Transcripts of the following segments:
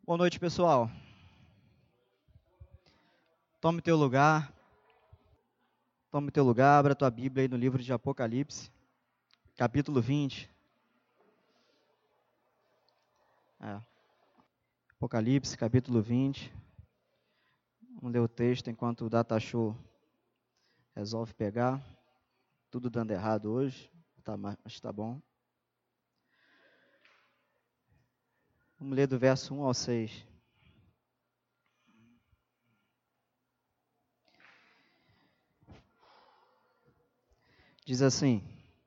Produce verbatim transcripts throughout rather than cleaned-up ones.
Boa noite, pessoal. Tome teu lugar. Tome teu lugar, abra tua Bíblia aí no livro de Apocalipse, capítulo vinte. É, Apocalipse, capítulo vinte. Vamos ler o texto enquanto o Data Show resolve pegar. Tudo dando errado hoje, tá, mas tá bom. Vamos ler do verso um ao seis. Diz assim: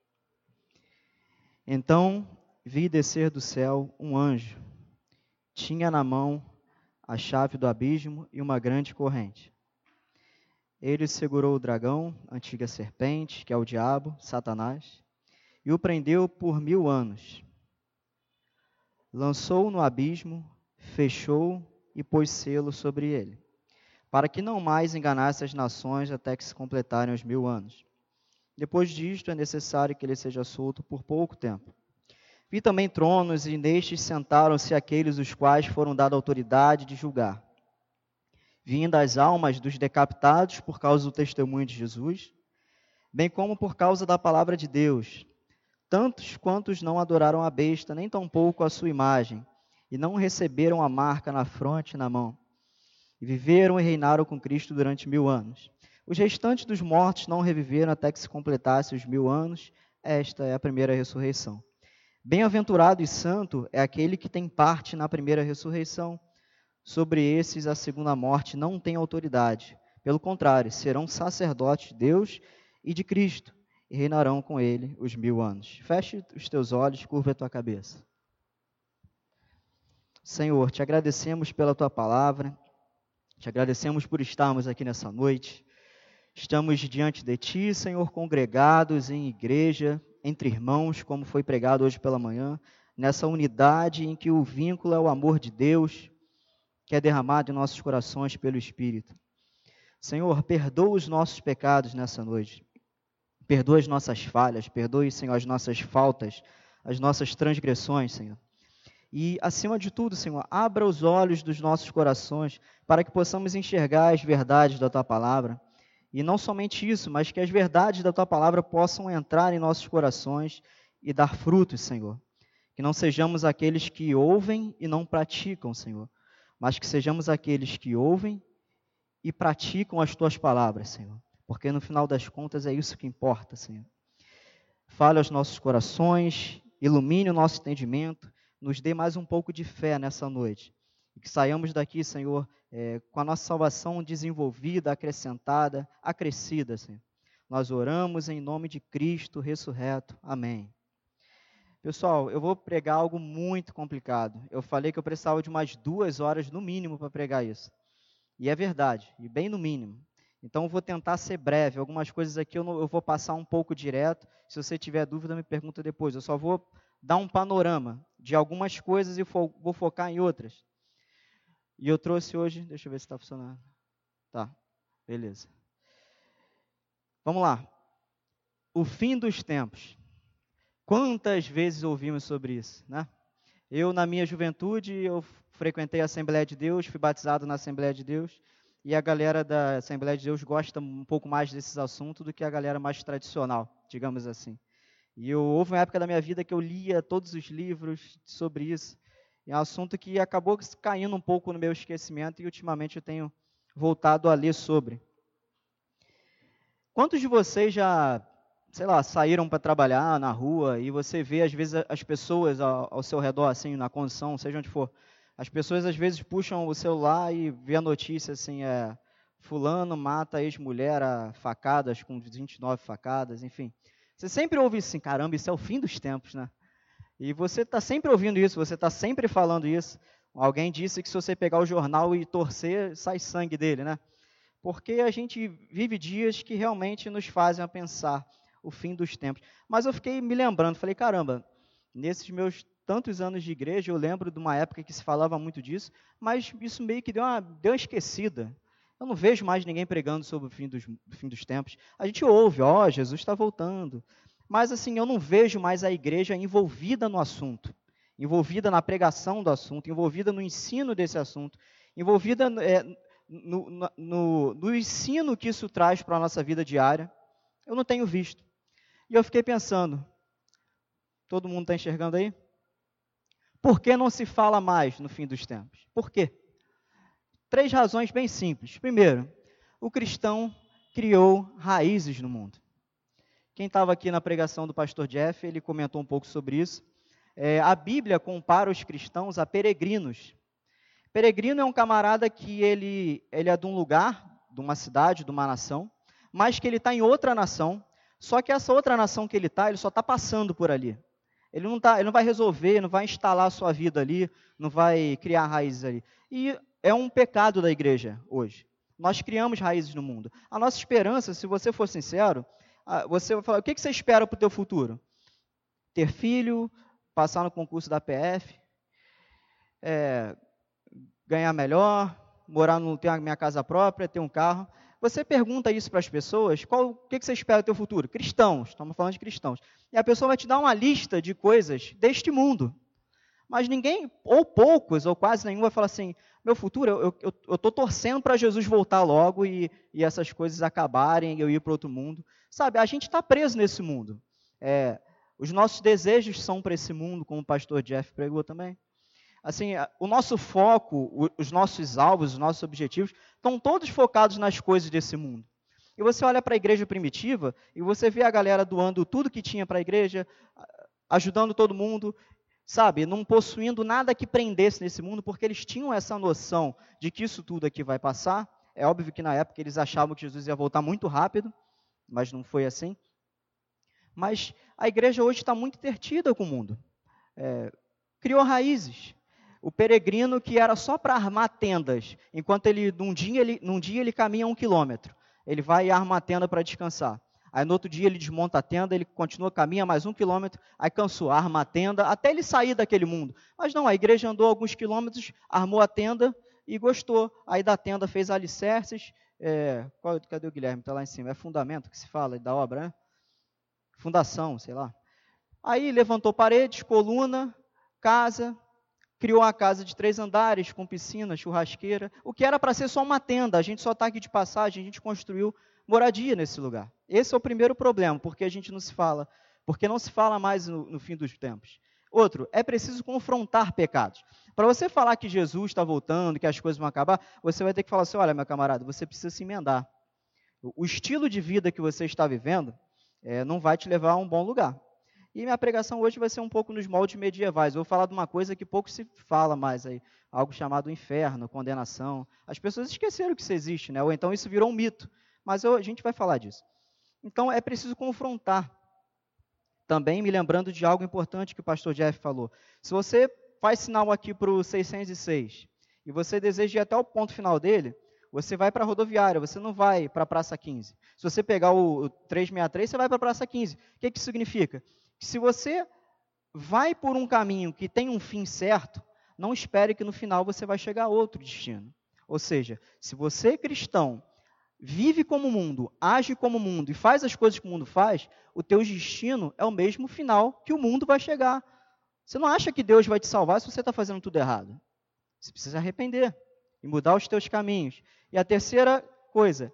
Então vi descer do céu um anjo. Tinha na mão a chave do abismo e uma grande corrente. Ele segurou o dragão, a antiga serpente, que é o diabo, Satanás, e o prendeu por mil anos. Lançou-o no abismo, fechou e pôs selo sobre ele, para que não mais enganasse as nações até que se completarem os mil anos. Depois disto, é necessário que ele seja solto por pouco tempo. Vi também tronos, e nestes sentaram-se aqueles os quais foram dada autoridade de julgar. Vindo as almas dos decapitados por causa do testemunho de Jesus, bem como por causa da palavra de Deus, tantos quantos não adoraram a besta, nem tampouco a sua imagem, e não receberam a marca na fronte e na mão, e viveram e reinaram com Cristo durante mil anos. Os restantes dos mortos não reviveram até que se completassem os mil anos. Esta é a primeira ressurreição. Bem-aventurado e santo é aquele que tem parte na primeira ressurreição. Sobre esses a segunda morte não tem autoridade. Pelo contrário, serão sacerdotes de Deus e de Cristo, e reinarão com ele os mil anos. Feche os teus olhos, curva a tua cabeça. Senhor, te agradecemos pela tua palavra, te agradecemos por estarmos aqui nessa noite. Estamos diante de ti, Senhor, congregados em igreja, entre irmãos, como foi pregado hoje pela manhã, nessa unidade em que o vínculo é o amor de Deus, que é derramado em nossos corações pelo Espírito. Senhor, perdoa os nossos pecados nessa noite. Perdoa as nossas falhas, perdoe, Senhor, as nossas faltas, as nossas transgressões, Senhor. E, acima de tudo, Senhor, abra os olhos dos nossos corações para que possamos enxergar as verdades da Tua Palavra. E não somente isso, mas que as verdades da Tua Palavra possam entrar em nossos corações e dar frutos, Senhor. Que não sejamos aqueles que ouvem e não praticam, Senhor, mas que sejamos aqueles que ouvem e praticam as Tuas palavras, Senhor. Porque no final das contas é isso que importa, Senhor. Fale aos nossos corações, ilumine o nosso entendimento, nos dê mais um pouco de fé nessa noite. E que saiamos daqui, Senhor, é, com a nossa salvação desenvolvida, acrescentada, acrescida, Senhor. Nós oramos em nome de Cristo ressurreto. Amém. Pessoal, eu vou pregar algo muito complicado. Eu falei que eu precisava de umas duas horas no mínimo para pregar isso. E é verdade, e bem no mínimo. Então, eu vou tentar ser breve. Algumas coisas aqui eu, não, eu vou passar um pouco direto. Se você tiver dúvida, me pergunta depois. Eu só vou dar um panorama de algumas coisas e fo- vou focar em outras. E eu trouxe hoje... Deixa eu ver se está funcionando. Tá, beleza. Vamos lá. O fim dos tempos. Quantas vezes ouvimos sobre isso, né? Eu, na minha juventude, eu frequentei a Assembleia de Deus, fui batizado na Assembleia de Deus, e a galera da Assembleia de Deus gosta um pouco mais desses assuntos do que a galera mais tradicional, digamos assim. E eu, houve uma época da minha vida que eu lia todos os livros sobre isso. É um assunto que acabou caindo um pouco no meu esquecimento e ultimamente eu tenho voltado a ler sobre. Quantos de vocês já, sei lá, saíram para trabalhar na rua e você vê às vezes as pessoas ao, ao seu redor, assim, na condição, seja onde for, as pessoas às vezes puxam o celular e vê a notícia assim, é, fulano mata a ex-mulher a facadas, com vinte e nove facadas, enfim. Você sempre ouve assim, caramba, isso é o fim dos tempos, né? E você está sempre ouvindo isso, você está sempre falando isso. Alguém disse que se você pegar o jornal e torcer, sai sangue dele, né? Porque a gente vive dias que realmente nos fazem a pensar o fim dos tempos. Mas eu fiquei me lembrando, falei, caramba, nesses meus tantos anos de igreja, eu lembro de uma época que se falava muito disso, mas isso meio que deu uma, deu uma esquecida. Eu não vejo mais ninguém pregando sobre o fim dos, o fim dos tempos. A gente ouve, ó, oh, Jesus está voltando. Mas assim, eu não vejo mais a igreja envolvida no assunto. envolvida na pregação do assunto, envolvida no ensino desse assunto, envolvida é, no, no, no, no ensino que isso traz para a nossa vida diária. Eu não tenho visto. E eu fiquei pensando, todo mundo está enxergando aí? Por que não se fala mais no fim dos tempos? Por quê? Três razões bem simples. Primeiro, o cristão criou raízes no mundo. Quem estava aqui na pregação do pastor Jeff, ele comentou um pouco sobre isso. É, a Bíblia compara os cristãos a peregrinos. Peregrino é um camarada que ele, ele é de um lugar, de uma cidade, de uma nação, mas que ele está em outra nação, só que essa outra nação que ele está, ele só está passando por ali. Ele não, tá, ele não vai resolver, não vai instalar a sua vida ali, não vai criar raízes ali. E é um pecado da igreja hoje. Nós criamos raízes no mundo. A nossa esperança, se você for sincero, você vai falar, o que você espera para o teu futuro? Ter filho, passar no concurso da P F, é, ganhar melhor, morar no, ter a minha casa própria, ter um carro. Você pergunta isso para as pessoas, qual, o que você espera do teu futuro? Cristãos, estamos falando de cristãos. E a pessoa vai te dar uma lista de coisas deste mundo. Mas ninguém, ou poucos, ou quase nenhum, vai falar assim, meu futuro, eu estou torcendo para Jesus voltar logo e, e essas coisas acabarem, eu ir para outro mundo. Sabe, a gente está preso nesse mundo. É, os nossos desejos são para esse mundo, como o pastor Jeff pregou também. Assim, o nosso foco, os nossos alvos, os nossos objetivos, estão todos focados nas coisas desse mundo. E você olha para a igreja primitiva e você vê a galera doando tudo que tinha para a igreja, ajudando todo mundo, sabe, não possuindo nada que prendesse nesse mundo, porque eles tinham essa noção de que isso tudo aqui vai passar. É óbvio que na época eles achavam que Jesus ia voltar muito rápido, mas não foi assim. Mas a igreja hoje está muito intertida com o mundo. É, criou raízes. O peregrino que era só para armar tendas, enquanto ele num, dia, ele, num dia ele caminha um quilômetro, ele vai e arma a tenda para descansar. Aí no outro dia ele desmonta a tenda, ele continua, caminha mais um quilômetro, aí cansou, arma a tenda, até ele sair daquele mundo. Mas não, a igreja andou alguns quilômetros, armou a tenda e gostou. Aí da tenda fez alicerces, é, qual, cadê o Guilherme? Está lá em cima, é fundamento que se fala da obra, né? Fundação, sei lá. Aí levantou paredes, coluna, casa, criou uma casa de três andares, com piscina, churrasqueira, o que era para ser só uma tenda, a gente só está aqui de passagem, a gente construiu moradia nesse lugar. Esse é o primeiro problema, porque a gente não se fala, porque não se fala mais no, no fim dos tempos. Outro, é preciso confrontar pecados. Para você falar que Jesus está voltando, que as coisas vão acabar, você vai ter que falar assim, olha, meu camarada, você precisa se emendar. O estilo de vida que você está vivendo é, não vai te levar a um bom lugar. E minha pregação hoje vai ser um pouco nos moldes medievais. Eu vou falar de uma coisa que pouco se fala mais aí, algo chamado inferno, condenação. As pessoas esqueceram que isso existe, né? Ou então isso virou um mito. Mas eu, a gente vai falar disso. Então é preciso confrontar. Também me lembrando de algo importante que o pastor Jeff falou. Se você faz sinal aqui para o seiscentos e seis e você deseja ir até o ponto final dele, você vai para a rodoviária, você não vai para a Praça quinze. Se você pegar o, o trezentos e sessenta e três, você vai para a Praça quinze. O que, que isso significa? Que se você vai por um caminho que tem um fim certo, não espere que no final você vai chegar a outro destino. Ou seja, se você, cristão, vive como o mundo, age como o mundo e faz as coisas que o mundo faz, o teu destino é o mesmo final que o mundo vai chegar. Você não acha que Deus vai te salvar se você está fazendo tudo errado. Você precisa arrepender e mudar os teus caminhos. E a terceira coisa,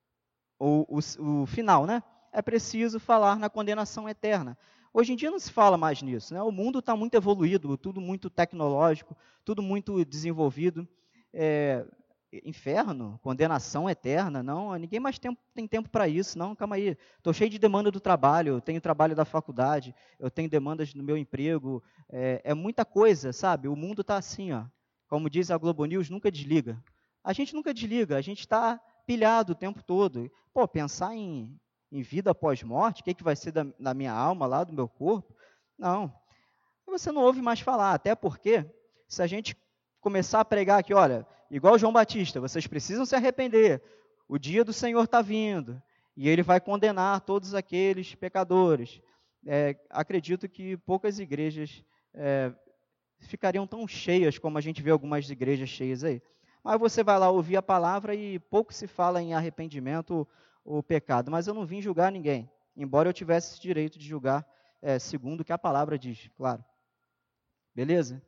o, o, o final, né? É preciso falar na condenação eterna. Hoje em dia não se fala mais nisso, né? O mundo está muito evoluído, tudo muito tecnológico, tudo muito desenvolvido. É, inferno, condenação eterna, não, ninguém mais tem, tem tempo para isso, não, calma aí, estou cheio de demanda do trabalho, eu tenho trabalho da faculdade, eu tenho demandas no meu emprego, é, é muita coisa, sabe? O mundo está assim, ó, como diz a Globo News, nunca desliga. A gente nunca desliga, a gente está pilhado o tempo todo. Pô, pensar em, em vida após morte, o que, que vai ser da, da minha alma lá, do meu corpo? Não. Você não ouve mais falar, até porque, se a gente começar a pregar aqui, olha, igual João Batista, vocês precisam se arrepender, o dia do Senhor está vindo, e ele vai condenar todos aqueles pecadores. É, acredito que poucas igrejas é, ficariam tão cheias como a gente vê algumas igrejas cheias aí. Mas você vai lá ouvir a palavra e pouco se fala em arrependimento ou pecado. Mas eu não vim julgar ninguém, embora eu tivesse esse direito de julgar é, segundo o que a palavra diz, claro. Beleza?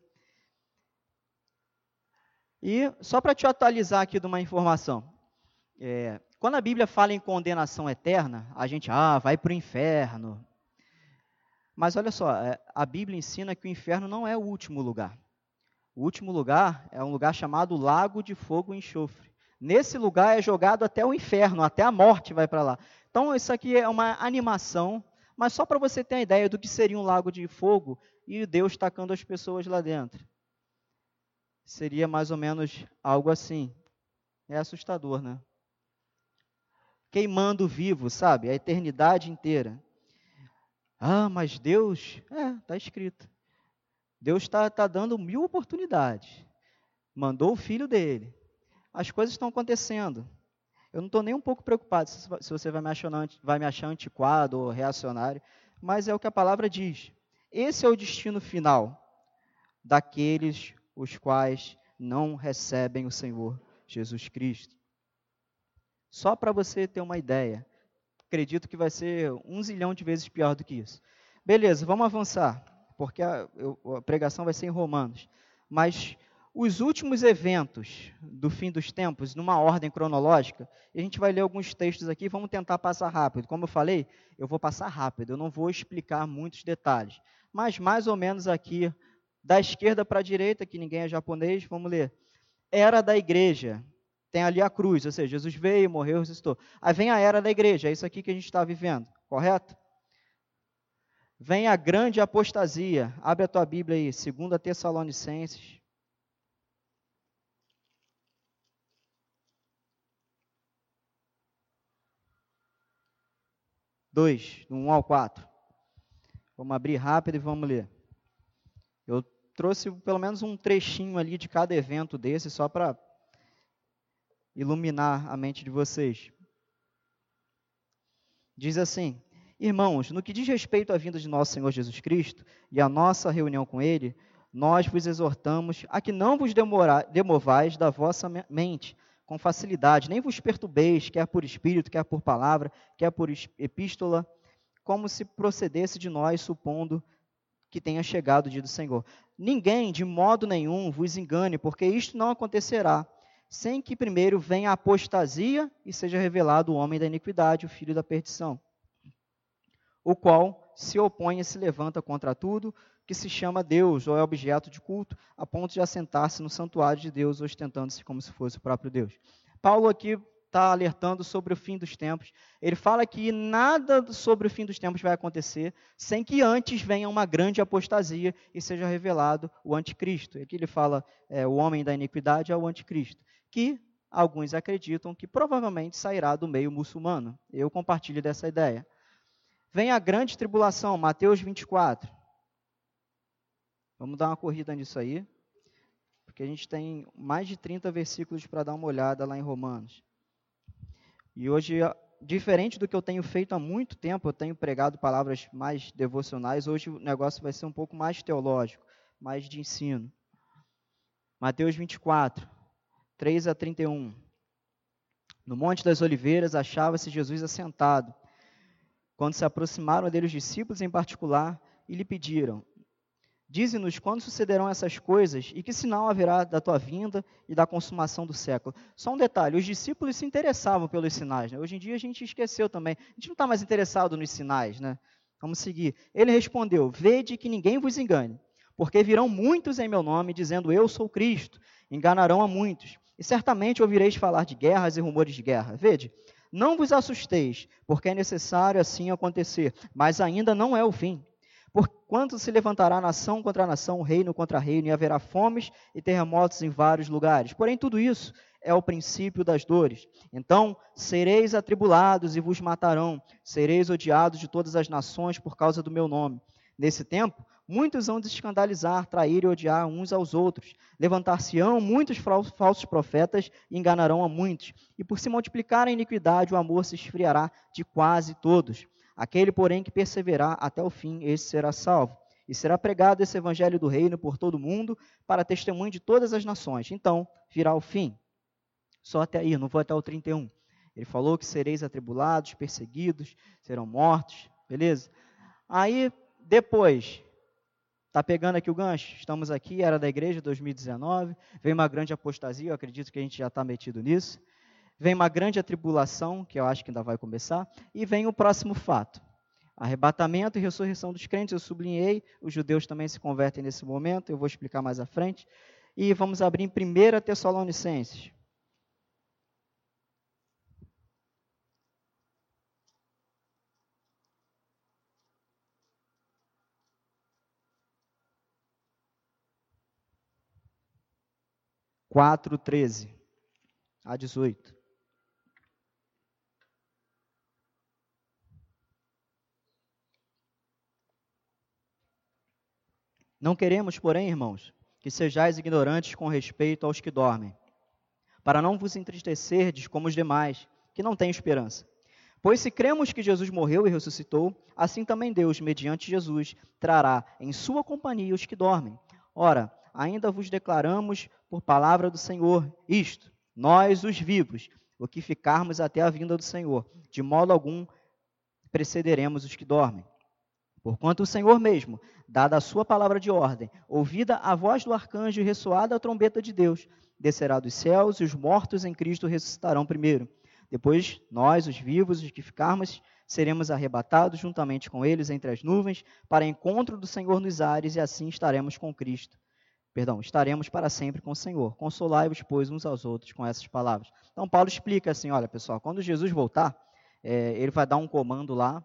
E só para te atualizar aqui de uma informação, é, quando a Bíblia fala em condenação eterna, a gente, ah, vai para o inferno. Mas olha só, é, a Bíblia ensina que o inferno não é o último lugar. O último lugar é um lugar chamado Lago de Fogo e Enxofre. Nesse lugar é jogado até o inferno, até a morte vai para lá. Então isso aqui é uma animação, mas só para você ter a ideia do que seria um lago de fogo e Deus tacando as pessoas lá dentro. Seria mais ou menos algo assim. É assustador, né? Queimando vivo, sabe? A eternidade inteira. Ah, mas Deus... É, está escrito. Deus está tá dando mil oportunidades. Mandou o filho dele. As coisas estão acontecendo. Eu não estou nem um pouco preocupado se, se você vai me, achar, vai me achar antiquado ou reacionário, mas é o que a palavra diz. Esse é o destino final daqueles os quais não recebem o Senhor Jesus Cristo. Só para você ter uma ideia, acredito que vai ser um zilhão de vezes pior do que isso. Beleza, vamos avançar, porque a, eu, a pregação vai ser em Romanos. Mas os últimos eventos do fim dos tempos, numa ordem cronológica, e a gente vai ler alguns textos aqui, vamos tentar passar rápido. Como eu falei, eu vou passar rápido, eu não vou explicar muitos detalhes. Mas mais ou menos aqui, da esquerda para a direita, que ninguém é japonês, vamos ler. Era da igreja. Tem ali a cruz, ou seja, Jesus veio, morreu, ressuscitou. Aí vem a era da igreja, é isso aqui que a gente está vivendo, correto? Vem a grande apostasia. Abre a tua Bíblia aí, segunda Tessalonicenses. dois, do um ao quatro. Vamos abrir rápido e vamos ler. Eu trouxe pelo menos um trechinho ali de cada evento desse, só para iluminar a mente de vocês. Diz assim: irmãos, no que diz respeito à vinda de nosso Senhor Jesus Cristo e à nossa reunião com Ele, nós vos exortamos a que não vos demora, demovais da vossa mente com facilidade, nem vos perturbeis, quer por espírito, quer por palavra, quer por epístola, como se procedesse de nós, supondo que tenha chegado o dia do Senhor. Ninguém, de modo nenhum, vos engane, porque isto não acontecerá, sem que primeiro venha a apostasia e seja revelado o homem da iniquidade, o filho da perdição, o qual se opõe e se levanta contra tudo que se chama Deus ou é objeto de culto, a ponto de assentar-se no santuário de Deus, ostentando-se como se fosse o próprio Deus. Paulo aqui está alertando sobre o fim dos tempos. Ele fala que nada sobre o fim dos tempos vai acontecer sem que antes venha uma grande apostasia e seja revelado o anticristo. Aqui ele fala, é, o homem da iniquidade é o anticristo, que alguns acreditam que provavelmente sairá do meio muçulmano. Eu compartilho dessa ideia. Vem a grande tribulação, Mateus vinte e quatro. Vamos dar uma corrida nisso aí, porque a gente tem mais de trinta versículos para dar uma olhada lá em Romanos. E hoje, diferente do que eu tenho feito há muito tempo, eu tenho pregado palavras mais devocionais, hoje o negócio vai ser um pouco mais teológico, mais de ensino. Mateus vinte e quatro, três a trinta e um. No Monte das Oliveiras achava-se Jesus assentado, quando se aproximaram dele os discípulos em particular e lhe pediram: dize-nos quando sucederão essas coisas e que sinal haverá da tua vinda e da consumação do século. Só um detalhe, os discípulos se interessavam pelos sinais, né? Hoje em dia a gente esqueceu também, a gente não está mais interessado nos sinais, né? Vamos seguir. Ele respondeu: vede que ninguém vos engane, porque virão muitos em meu nome, dizendo eu sou Cristo, enganarão a muitos, e certamente ouvireis falar de guerras e rumores de guerra. Vede, não vos assusteis, porque é necessário assim acontecer, mas ainda não é o fim. Porquanto se levantará nação contra nação, reino contra reino, e haverá fomes e terremotos em vários lugares. Porém, tudo isso é o princípio das dores. Então, sereis atribulados e vos matarão, sereis odiados de todas as nações por causa do meu nome. Nesse tempo, muitos vão se escandalizar, trair e odiar uns aos outros. Levantar-se-ão muitos falsos profetas e enganarão a muitos. E por se multiplicar a iniquidade, o amor se esfriará de quase todos. Aquele, porém, que perseverar até o fim, esse será salvo. E será pregado esse evangelho do reino por todo o mundo, para testemunho de todas as nações. Então, virá o fim. Só até aí, não vou até o trinta e um. Ele falou que sereis atribulados, perseguidos, serão mortos, beleza? Aí, depois, Está pegando aqui o gancho? Estamos aqui, era da igreja, dois mil e dezenove, veio uma grande apostasia, eu acredito que a gente já está metido nisso, vem uma grande atribulação, que eu acho que ainda vai começar, e vem o próximo fato. Arrebatamento e ressurreição dos crentes, eu sublinhei, os judeus também se convertem nesse momento, eu vou explicar mais à frente. E vamos abrir em primeira Tessalonicenses. quatro, treze a dezoito. Não queremos, porém, irmãos, que sejais ignorantes com respeito aos que dormem, para não vos entristecerdes como os demais, que não têm esperança. Pois se cremos que Jesus morreu e ressuscitou, assim também Deus, mediante Jesus, trará em sua companhia os que dormem. Ora, ainda vos declaramos por palavra do Senhor isto, nós os vivos, o que ficarmos até a vinda do Senhor, de modo algum precederemos os que dormem. Porquanto o Senhor mesmo, dada a sua palavra de ordem, ouvida a voz do arcanjo e ressoada a trombeta de Deus, descerá dos céus e os mortos em Cristo ressuscitarão primeiro. Depois, nós, os vivos, os que ficarmos, seremos arrebatados juntamente com eles entre as nuvens, para encontro do Senhor nos ares, e assim estaremos com Cristo. Perdão, estaremos para sempre com o Senhor. Consolai-vos, pois, uns aos outros com essas palavras. Então, Paulo explica assim, olha, pessoal, quando Jesus voltar, é, ele vai dar um comando lá,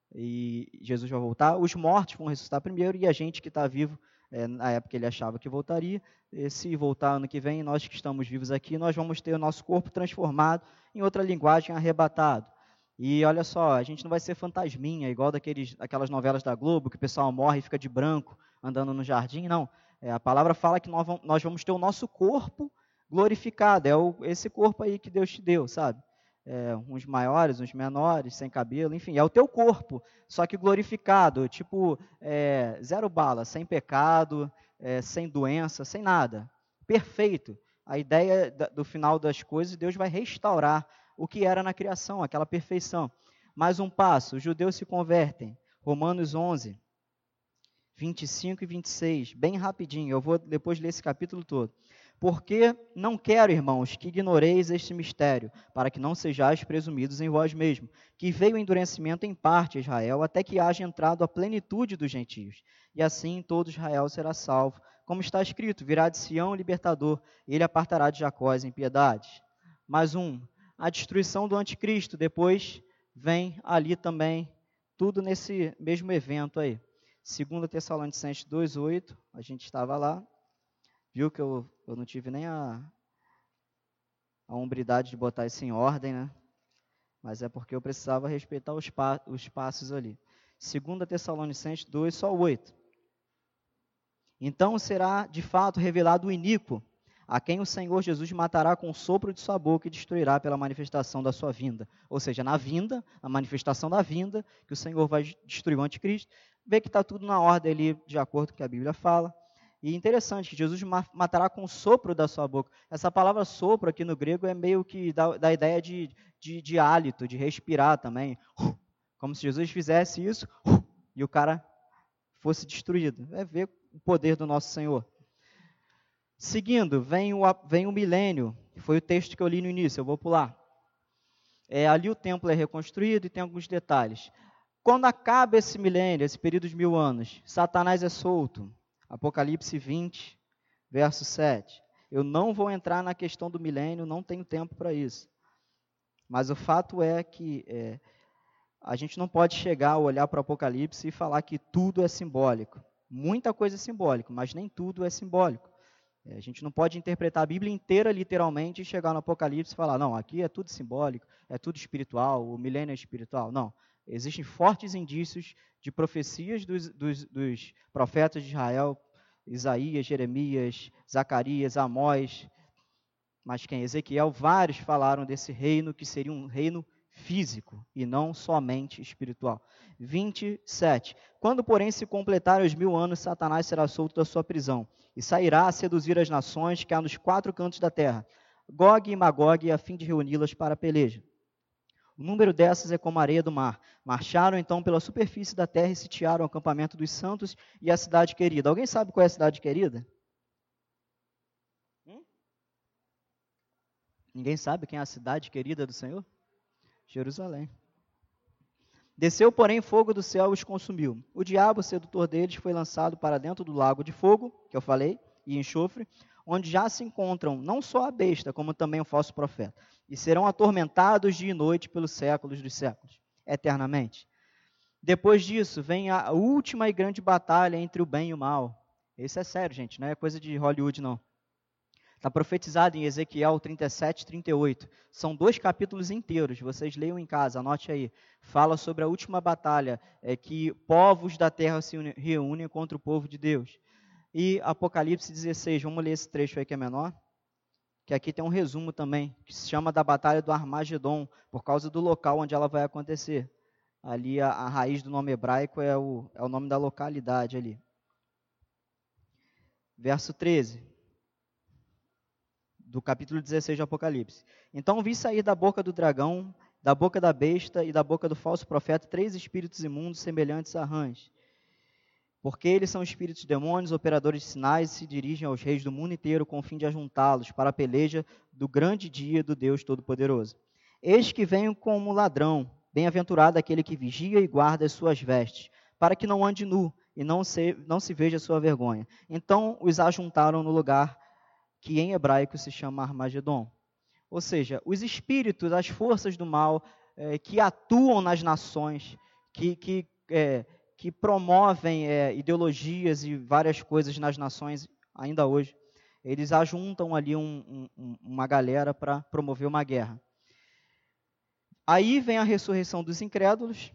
e Jesus vai voltar, os mortos vão ressuscitar primeiro, e a gente que está vivo, é, na época ele achava que voltaria, e se voltar ano que vem, nós que estamos vivos aqui, nós vamos ter o nosso corpo transformado, em outra linguagem, arrebatado. E olha só, a gente não vai ser fantasminha, igual daqueles, daquelas novelas da Globo, que o pessoal morre e fica de branco, andando no jardim, não. É, a palavra fala que nós vamos, nós vamos ter o nosso corpo glorificado, é o, esse corpo aí que Deus te deu, sabe? É, uns maiores, uns menores, sem cabelo, enfim, é o teu corpo, só que glorificado, tipo, é, zero bala, sem pecado, é, sem doença, sem nada, perfeito. A ideia da, do final das coisas, Deus vai restaurar o que era na criação, aquela perfeição. Mais um passo, os judeus se convertem, Romanos onze, vinte e cinco e vinte e seis, bem rapidinho, eu vou depois ler esse capítulo todo. Porque não quero, irmãos, que ignoreis este mistério, para que não sejais presumidos em vós mesmos, que veio o endurecimento em parte a Israel, até que haja entrado a plenitude dos gentios. E assim todo Israel será salvo. Como está escrito, virá de Sião o libertador, e ele apartará de Jacó as impiedades. Mais um, a destruição do anticristo, depois vem ali também, tudo nesse mesmo evento aí. Segunda Tessalonicenses dois, oito, a gente estava lá, viu que eu, eu não tive nem a, a hombridade de botar isso em ordem, né? Mas é porque eu precisava respeitar os, pa, os passos ali. Segunda Tessalonicenses dois, só oito. Então será de fato revelado o iníquo, a quem o Senhor Jesus matará com o sopro de sua boca e destruirá pela manifestação da sua vinda. Ou seja, na vinda, na manifestação da vinda, que o Senhor vai destruir o anticristo, vê que está tudo na ordem ali, de acordo com o que a Bíblia fala. E interessante, que Jesus matará com o sopro da sua boca. Essa palavra sopro aqui no grego é meio que dá, dá a ideia de, de, de hálito, de respirar também. Como se Jesus fizesse isso e o cara fosse destruído. É ver o poder do nosso Senhor. Seguindo, vem o, vem o milênio, que foi o texto que eu li no início, eu vou pular. É, ali o templo é reconstruído e tem alguns detalhes. Quando acaba esse milênio, esse período de mil anos, Satanás é solto. Apocalipse vinte, verso sete. Eu não vou entrar na questão do milênio, não tenho tempo para isso. Mas o fato é que é, a gente não pode chegar a olhar para o Apocalipse e falar que tudo é simbólico. Muita coisa é simbólica, mas nem tudo é simbólico. É, a gente não pode interpretar a Bíblia inteira literalmente e chegar no Apocalipse e falar, não, aqui é tudo simbólico, é tudo espiritual, o milênio é espiritual. Não. Existem fortes indícios de profecias dos, dos, dos profetas de Israel, Isaías, Jeremias, Zacarias, Amós, mas quem? Ezequiel, vários falaram desse reino que seria um reino físico e não somente espiritual. vinte e sete. Quando, porém, se completarem os mil anos, Satanás será solto da sua prisão e sairá a seduzir as nações que há nos quatro cantos da terra, Gog e Magog, a fim de reuni-las para a peleja. O número dessas é como a areia do mar. Marcharam então pela superfície da terra e sitiaram o acampamento dos santos e a cidade querida. Alguém sabe qual é a cidade querida? Hum? Ninguém sabe quem é a cidade querida do Senhor? Jerusalém. Desceu, porém, fogo do céu e os consumiu. O diabo, sedutor deles, foi lançado para dentro do lago de fogo, que eu falei, e enxofre, onde já se encontram não só a besta, como também o falso profeta. E serão atormentados dia e noite pelos séculos dos séculos, eternamente. Depois disso, vem a última e grande batalha entre o bem e o mal. Isso é sério, gente, não é coisa de Hollywood, não. Está profetizado em Ezequiel trinta e sete, trinta e oito. São dois capítulos inteiros, vocês leiam em casa, anote aí. Fala sobre a última batalha, é, que povos da terra se reúnem contra o povo de Deus. E Apocalipse dezesseis, vamos ler esse trecho aí que é menor, que aqui tem um resumo também, que se chama da Batalha do Armagedon, por causa do local onde ela vai acontecer. Ali a, a raiz do nome hebraico é o, é o nome da localidade ali. Verso treze. Do capítulo dezesseis de Apocalipse. Então vi sair da boca do dragão, da boca da besta e da boca do falso profeta três espíritos imundos semelhantes a rãs. Porque eles são espíritos demônios, operadores de sinais, e se dirigem aos reis do mundo inteiro com o fim de ajuntá-los para a peleja do grande dia do Deus Todo-Poderoso. Eis que venho como ladrão, bem-aventurado aquele que vigia e guarda as suas vestes, para que não ande nu e não se, não se veja a sua vergonha. Então os ajuntaram no lugar que em hebraico se chama Armagedon. Ou seja, os espíritos, as forças do mal, é, que atuam nas nações, que, que, é, que promovem é, ideologias e várias coisas nas nações, ainda hoje, eles ajuntam ali um, um, uma galera para promover uma guerra. Aí vem a ressurreição dos incrédulos,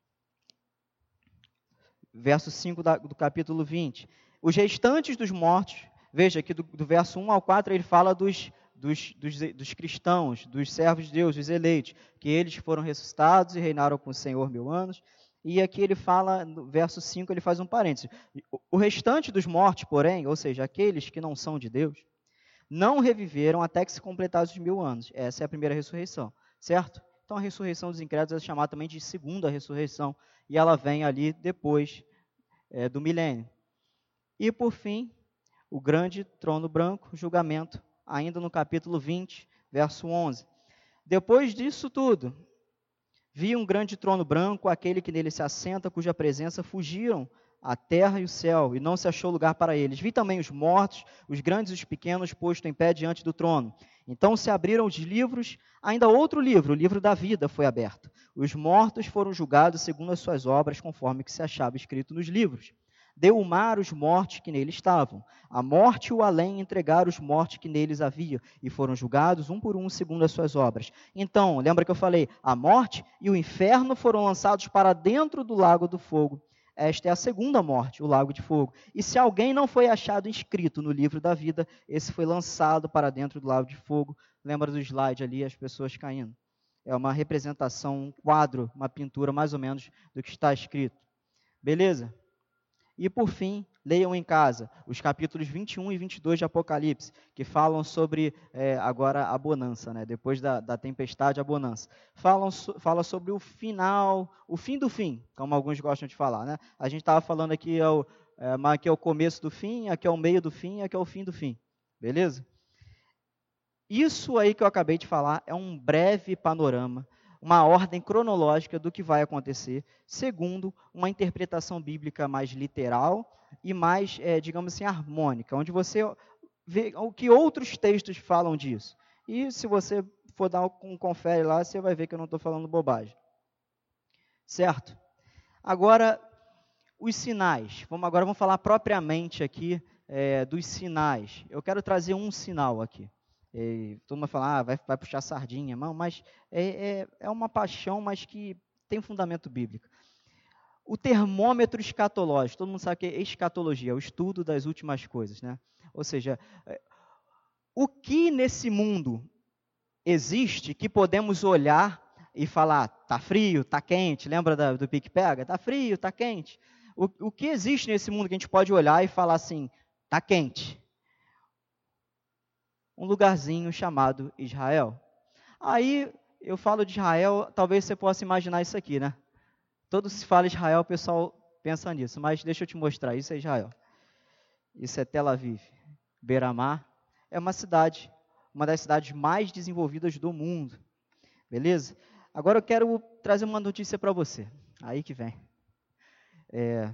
verso cinco da, do capítulo vinte. Os restantes dos mortos. Veja que do, do verso um ao quatro ele fala dos, dos, dos, dos cristãos, dos servos de Deus, dos eleitos, que eles foram ressuscitados e reinaram com o Senhor mil anos. E aqui ele fala, no verso cinco, ele faz um parênteses. O restante dos mortos, porém, ou seja, aqueles que não são de Deus, não reviveram até que se completassem os mil anos. Essa é a primeira ressurreição, certo? Então a ressurreição dos incrédulos é chamada também de segunda ressurreição, e ela vem ali depois é, do milênio. E por fim, o grande trono branco, julgamento, ainda no capítulo vinte, verso onze. Depois disso tudo, vi um grande trono branco, aquele que nele se assenta, cuja presença fugiram a terra e o céu, e não se achou lugar para eles. Vi também os mortos, os grandes e os pequenos, postos em pé diante do trono. Então se abriram os livros, ainda outro livro, o livro da vida, foi aberto. Os mortos foram julgados segundo as suas obras, conforme que se achava escrito nos livros. Deu o mar os mortos que nele estavam. A morte e o além entregaram os mortos que neles havia, e foram julgados um por um segundo as suas obras. Então, lembra que eu falei, a morte e o inferno foram lançados para dentro do lago do fogo. Esta é a segunda morte, o lago de fogo. E se alguém não foi achado inscrito no livro da vida, esse foi lançado para dentro do lago de fogo. Lembra do slide ali, as pessoas caindo. É uma representação, um quadro, uma pintura mais ou menos do que está escrito. Beleza? E por fim, leiam em casa os capítulos vinte e um e vinte e dois de Apocalipse, que falam sobre é, agora a bonança, né? Depois da, da tempestade, a bonança. Falam so, fala sobre o final, o fim do fim, como alguns gostam de falar, né? A gente estava falando aqui, é o, é, aqui é o começo do fim, aqui é o meio do fim, aqui é o fim do fim. Beleza? Isso aí que eu acabei de falar é um breve panorama, uma ordem cronológica do que vai acontecer, segundo uma interpretação bíblica mais literal e mais, é, digamos assim, harmônica, onde você vê o que outros textos falam disso. E se você for dar um confere lá, você vai ver que eu não estou falando bobagem. Certo? Agora, os sinais. Vamos, agora vamos falar propriamente aqui é, dos sinais. Eu quero trazer um sinal aqui. E todo mundo fala, ah, vai, vai puxar sardinha, não, mas é, é, é uma paixão, mas que tem fundamento bíblico. O termômetro escatológico, todo mundo sabe que é escatologia, é o estudo das últimas coisas, né? Ou seja, o que nesse mundo existe que podemos olhar e falar, tá frio, tá quente, lembra da, do pique-pega? Tá frio, tá quente. O, o que existe nesse mundo que a gente pode olhar e falar assim, tá quente? Um lugarzinho chamado Israel. Aí eu falo de Israel, talvez você possa imaginar isso aqui, né? Todo se fala Israel, o pessoal pensa nisso, mas deixa eu te mostrar, isso é Israel. Isso é Tel Aviv. Beira-Mar é uma cidade, uma das cidades mais desenvolvidas do mundo. Beleza? Agora eu quero trazer uma notícia para você. Aí que vem. É,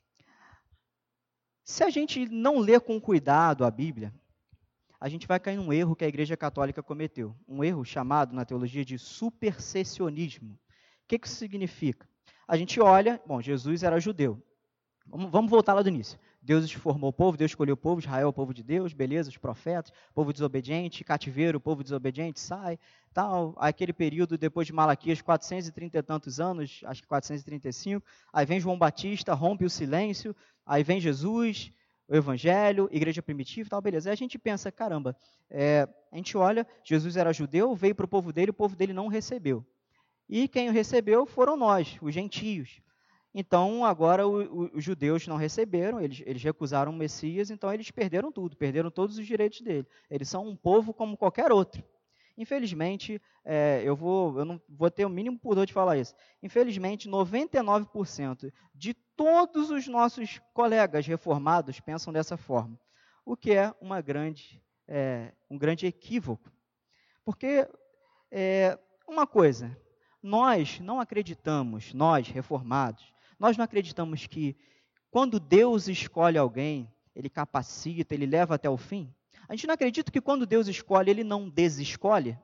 se a gente não ler com cuidado a Bíblia, a gente vai cair num erro que a Igreja Católica cometeu. Um erro chamado na teologia de supersessionismo. O que, que isso significa? A gente olha, bom, Jesus era judeu. Vamos, vamos voltar lá do início. Deus formou o povo, Deus escolheu o povo, Israel é o povo de Deus, beleza, os profetas, povo desobediente, cativeiro, o povo desobediente sai, tal. Aquele período depois de Malaquias, quatrocentos e trinta e tantos anos, acho que quatrocentos e trinta e cinco, aí vem João Batista, rompe o silêncio, aí vem Jesus, o Evangelho, igreja primitiva e tal, beleza. Aí a gente pensa, caramba, é, a gente olha, Jesus era judeu, veio para o povo dele, o povo dele não o recebeu. E quem o recebeu foram nós, os gentios. Então, agora o, o, os judeus não receberam, eles, eles recusaram o Messias, então eles perderam tudo, perderam todos os direitos dele. Eles são um povo como qualquer outro. Infelizmente, é, eu, vou, eu não vou ter o mínimo pudor de falar isso. Infelizmente, noventa e nove por cento de todos os nossos colegas reformados pensam dessa forma, o que é, uma grande, é um grande equívoco. Porque, é, uma coisa, nós não acreditamos, nós reformados, nós não acreditamos que quando Deus escolhe alguém, Ele capacita, Ele leva até o fim? A gente não acredita que quando Deus escolhe, Ele não desescolhe?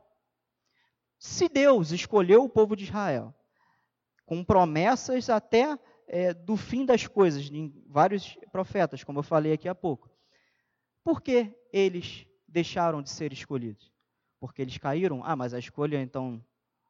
Se Deus escolheu o povo de Israel, com promessas até é, do fim das coisas, em vários profetas, como eu falei aqui há pouco, por que eles deixaram de ser escolhidos? Porque eles caíram? Ah, mas a escolha então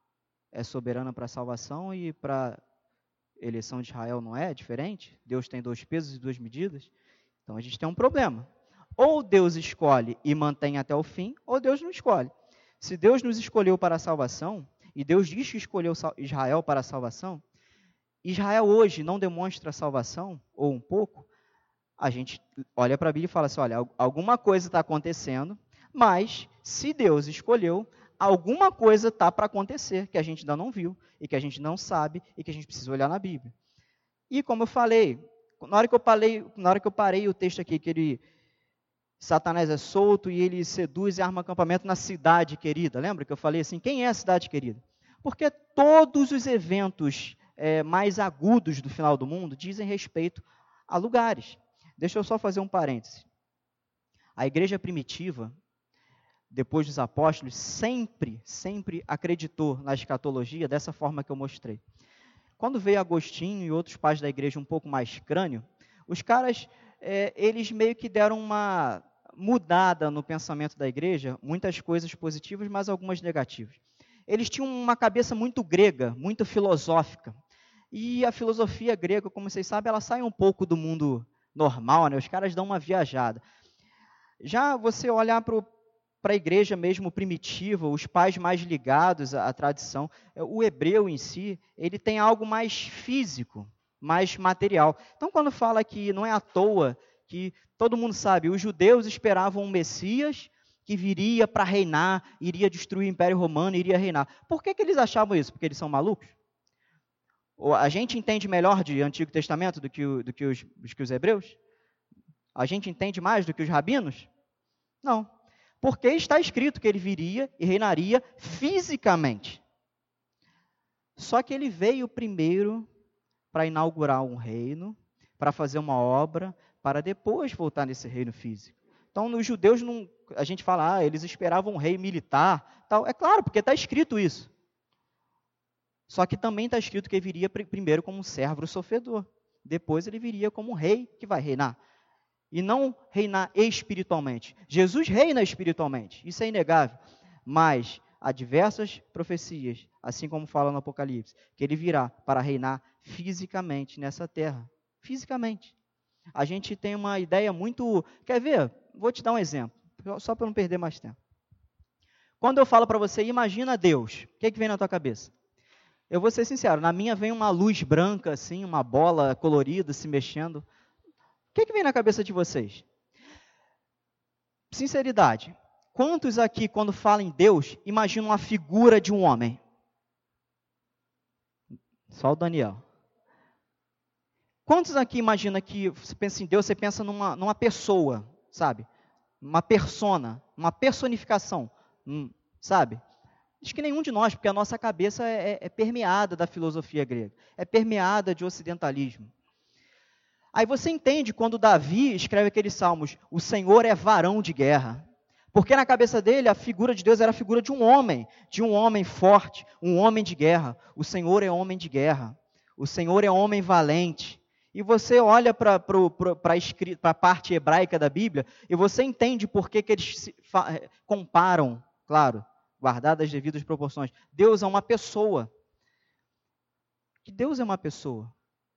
é soberana para a salvação e para eleição de Israel não é diferente? Deus tem dois pesos e duas medidas? Então a gente tem um problema. Ou Deus escolhe e mantém até o fim, ou Deus não escolhe. Se Deus nos escolheu para a salvação, e Deus diz que escolheu Israel para a salvação, Israel hoje não demonstra salvação, ou um pouco, a gente olha para a Bíblia e fala assim, olha, alguma coisa está acontecendo, mas se Deus escolheu, alguma coisa está para acontecer, que a gente ainda não viu, e que a gente não sabe, e que a gente precisa olhar na Bíblia. E como eu falei, na hora que eu parei, na hora que eu parei o texto aqui, que ele, Satanás é solto e ele seduz e arma acampamento na cidade querida. Lembra que eu falei assim, quem é a cidade querida? Porque todos os eventos é, mais agudos do final do mundo dizem respeito a lugares. Deixa eu só fazer um parêntese. A igreja primitiva, depois dos apóstolos, sempre, sempre acreditou na escatologia dessa forma que eu mostrei. Quando veio Agostinho e outros pais da igreja um pouco mais crânio, os caras, é, eles meio que deram uma mudada no pensamento da igreja, muitas coisas positivas, mas algumas negativas. Eles tinham uma cabeça muito grega, muito filosófica, e a filosofia grega, como vocês sabem, ela sai um pouco do mundo normal, né? Os caras dão uma viajada. Já você olhar para o para a igreja mesmo primitiva, os pais mais ligados à, à tradição, o hebreu em si, ele tem algo mais físico, mais material. Então, quando fala que não é à toa, que todo mundo sabe, os judeus esperavam um Messias que viria para reinar, iria destruir o Império Romano, iria reinar. Por que, que eles achavam isso? Porque eles são malucos? Ou a gente entende melhor de Antigo Testamento do que, o, do que, os, do que os hebreus? A gente entende mais do que os rabinos? Não. Porque está escrito que ele viria e reinaria fisicamente. Só que ele veio primeiro para inaugurar um reino, para fazer uma obra, para depois voltar nesse reino físico. Então, nos judeus, não, a gente fala, ah, eles esperavam um rei militar. Tal. É claro, porque está escrito isso. Só que também está escrito que ele viria pr- primeiro como um servo sofredor. Depois ele viria como um rei que vai reinar. E não reinar espiritualmente. Jesus reina espiritualmente, isso é inegável. Mas há diversas profecias, assim como fala no Apocalipse, que ele virá para reinar fisicamente nessa terra. Fisicamente. A gente tem uma ideia muito... Quer ver? Vou te dar um exemplo, só para não perder mais tempo. Quando eu falo para você, imagina Deus, o que, que vem na tua cabeça? Eu vou ser sincero, na minha vem uma luz branca, assim, uma bola colorida se mexendo. O que, que vem na cabeça de vocês? Sinceridade. Quantos aqui, quando falam em Deus, imaginam a figura de um homem? Só o Daniel. Quantos aqui imagina que você pensa em Deus, você pensa numa, numa pessoa, sabe? Uma persona, uma personificação, hum, sabe? Acho que nenhum de nós, porque a nossa cabeça é, é, é permeada da filosofia grega, é permeada de ocidentalismo. Aí você entende quando Davi escreve aqueles salmos, o Senhor é varão de guerra. Porque na cabeça dele a figura de Deus era a figura de um homem, de um homem forte, um homem de guerra. O Senhor é homem de guerra, o Senhor é homem valente. E você olha para a parte hebraica da Bíblia e você entende por que, que eles se comparam, claro, guardadas as devidas proporções. Deus é uma pessoa. Que Deus é uma pessoa.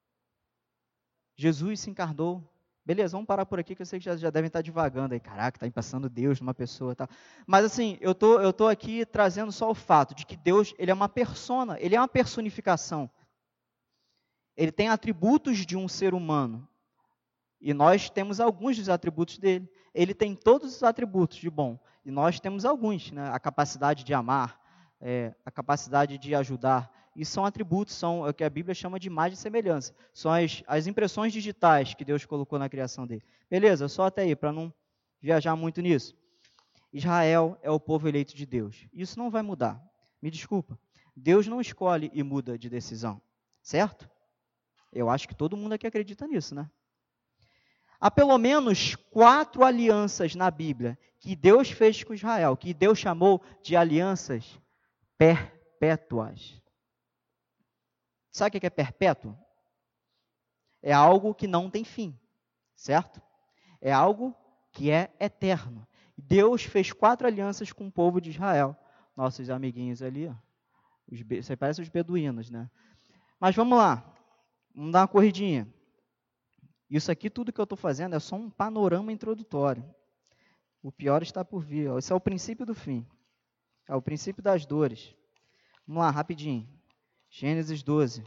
Jesus se encarnou. Beleza, vamos parar por aqui, que eu sei que já, já devem estar divagando aí. Caraca, está passando Deus numa pessoa e tal. Mas assim, eu tô, eu tô aqui trazendo só o fato de que Deus, ele é uma persona, ele é uma personificação. Ele tem atributos de um ser humano. E nós temos alguns dos atributos dele. Ele tem todos os atributos de bom. E nós temos alguns, né? A capacidade de amar, é, a capacidade de ajudar. E são atributos, são o que a Bíblia chama de imagem e semelhança. São as, as impressões digitais que Deus colocou na criação dele. Beleza? Só até aí, para não viajar muito nisso. Israel é o povo eleito de Deus. Isso não vai mudar. Me desculpa. Deus não escolhe e muda de decisão. Certo? Eu acho que todo mundo aqui acredita nisso, né? Há pelo menos quatro alianças na Bíblia que Deus fez com Israel, que Deus chamou de alianças perpétuas. Sabe o que é perpétuo? É algo que não tem fim, certo? É algo que é eterno. Deus fez quatro alianças com o povo de Israel. Nossos amiguinhos ali, ó. Os, você parece os beduínos, né? Mas vamos lá. Vamos dar uma corridinha. Isso aqui, tudo que eu estou fazendo, é só um panorama introdutório. O pior está por vir. Esse é o princípio do fim. É o princípio das dores. Vamos lá, rapidinho. Gênesis doze.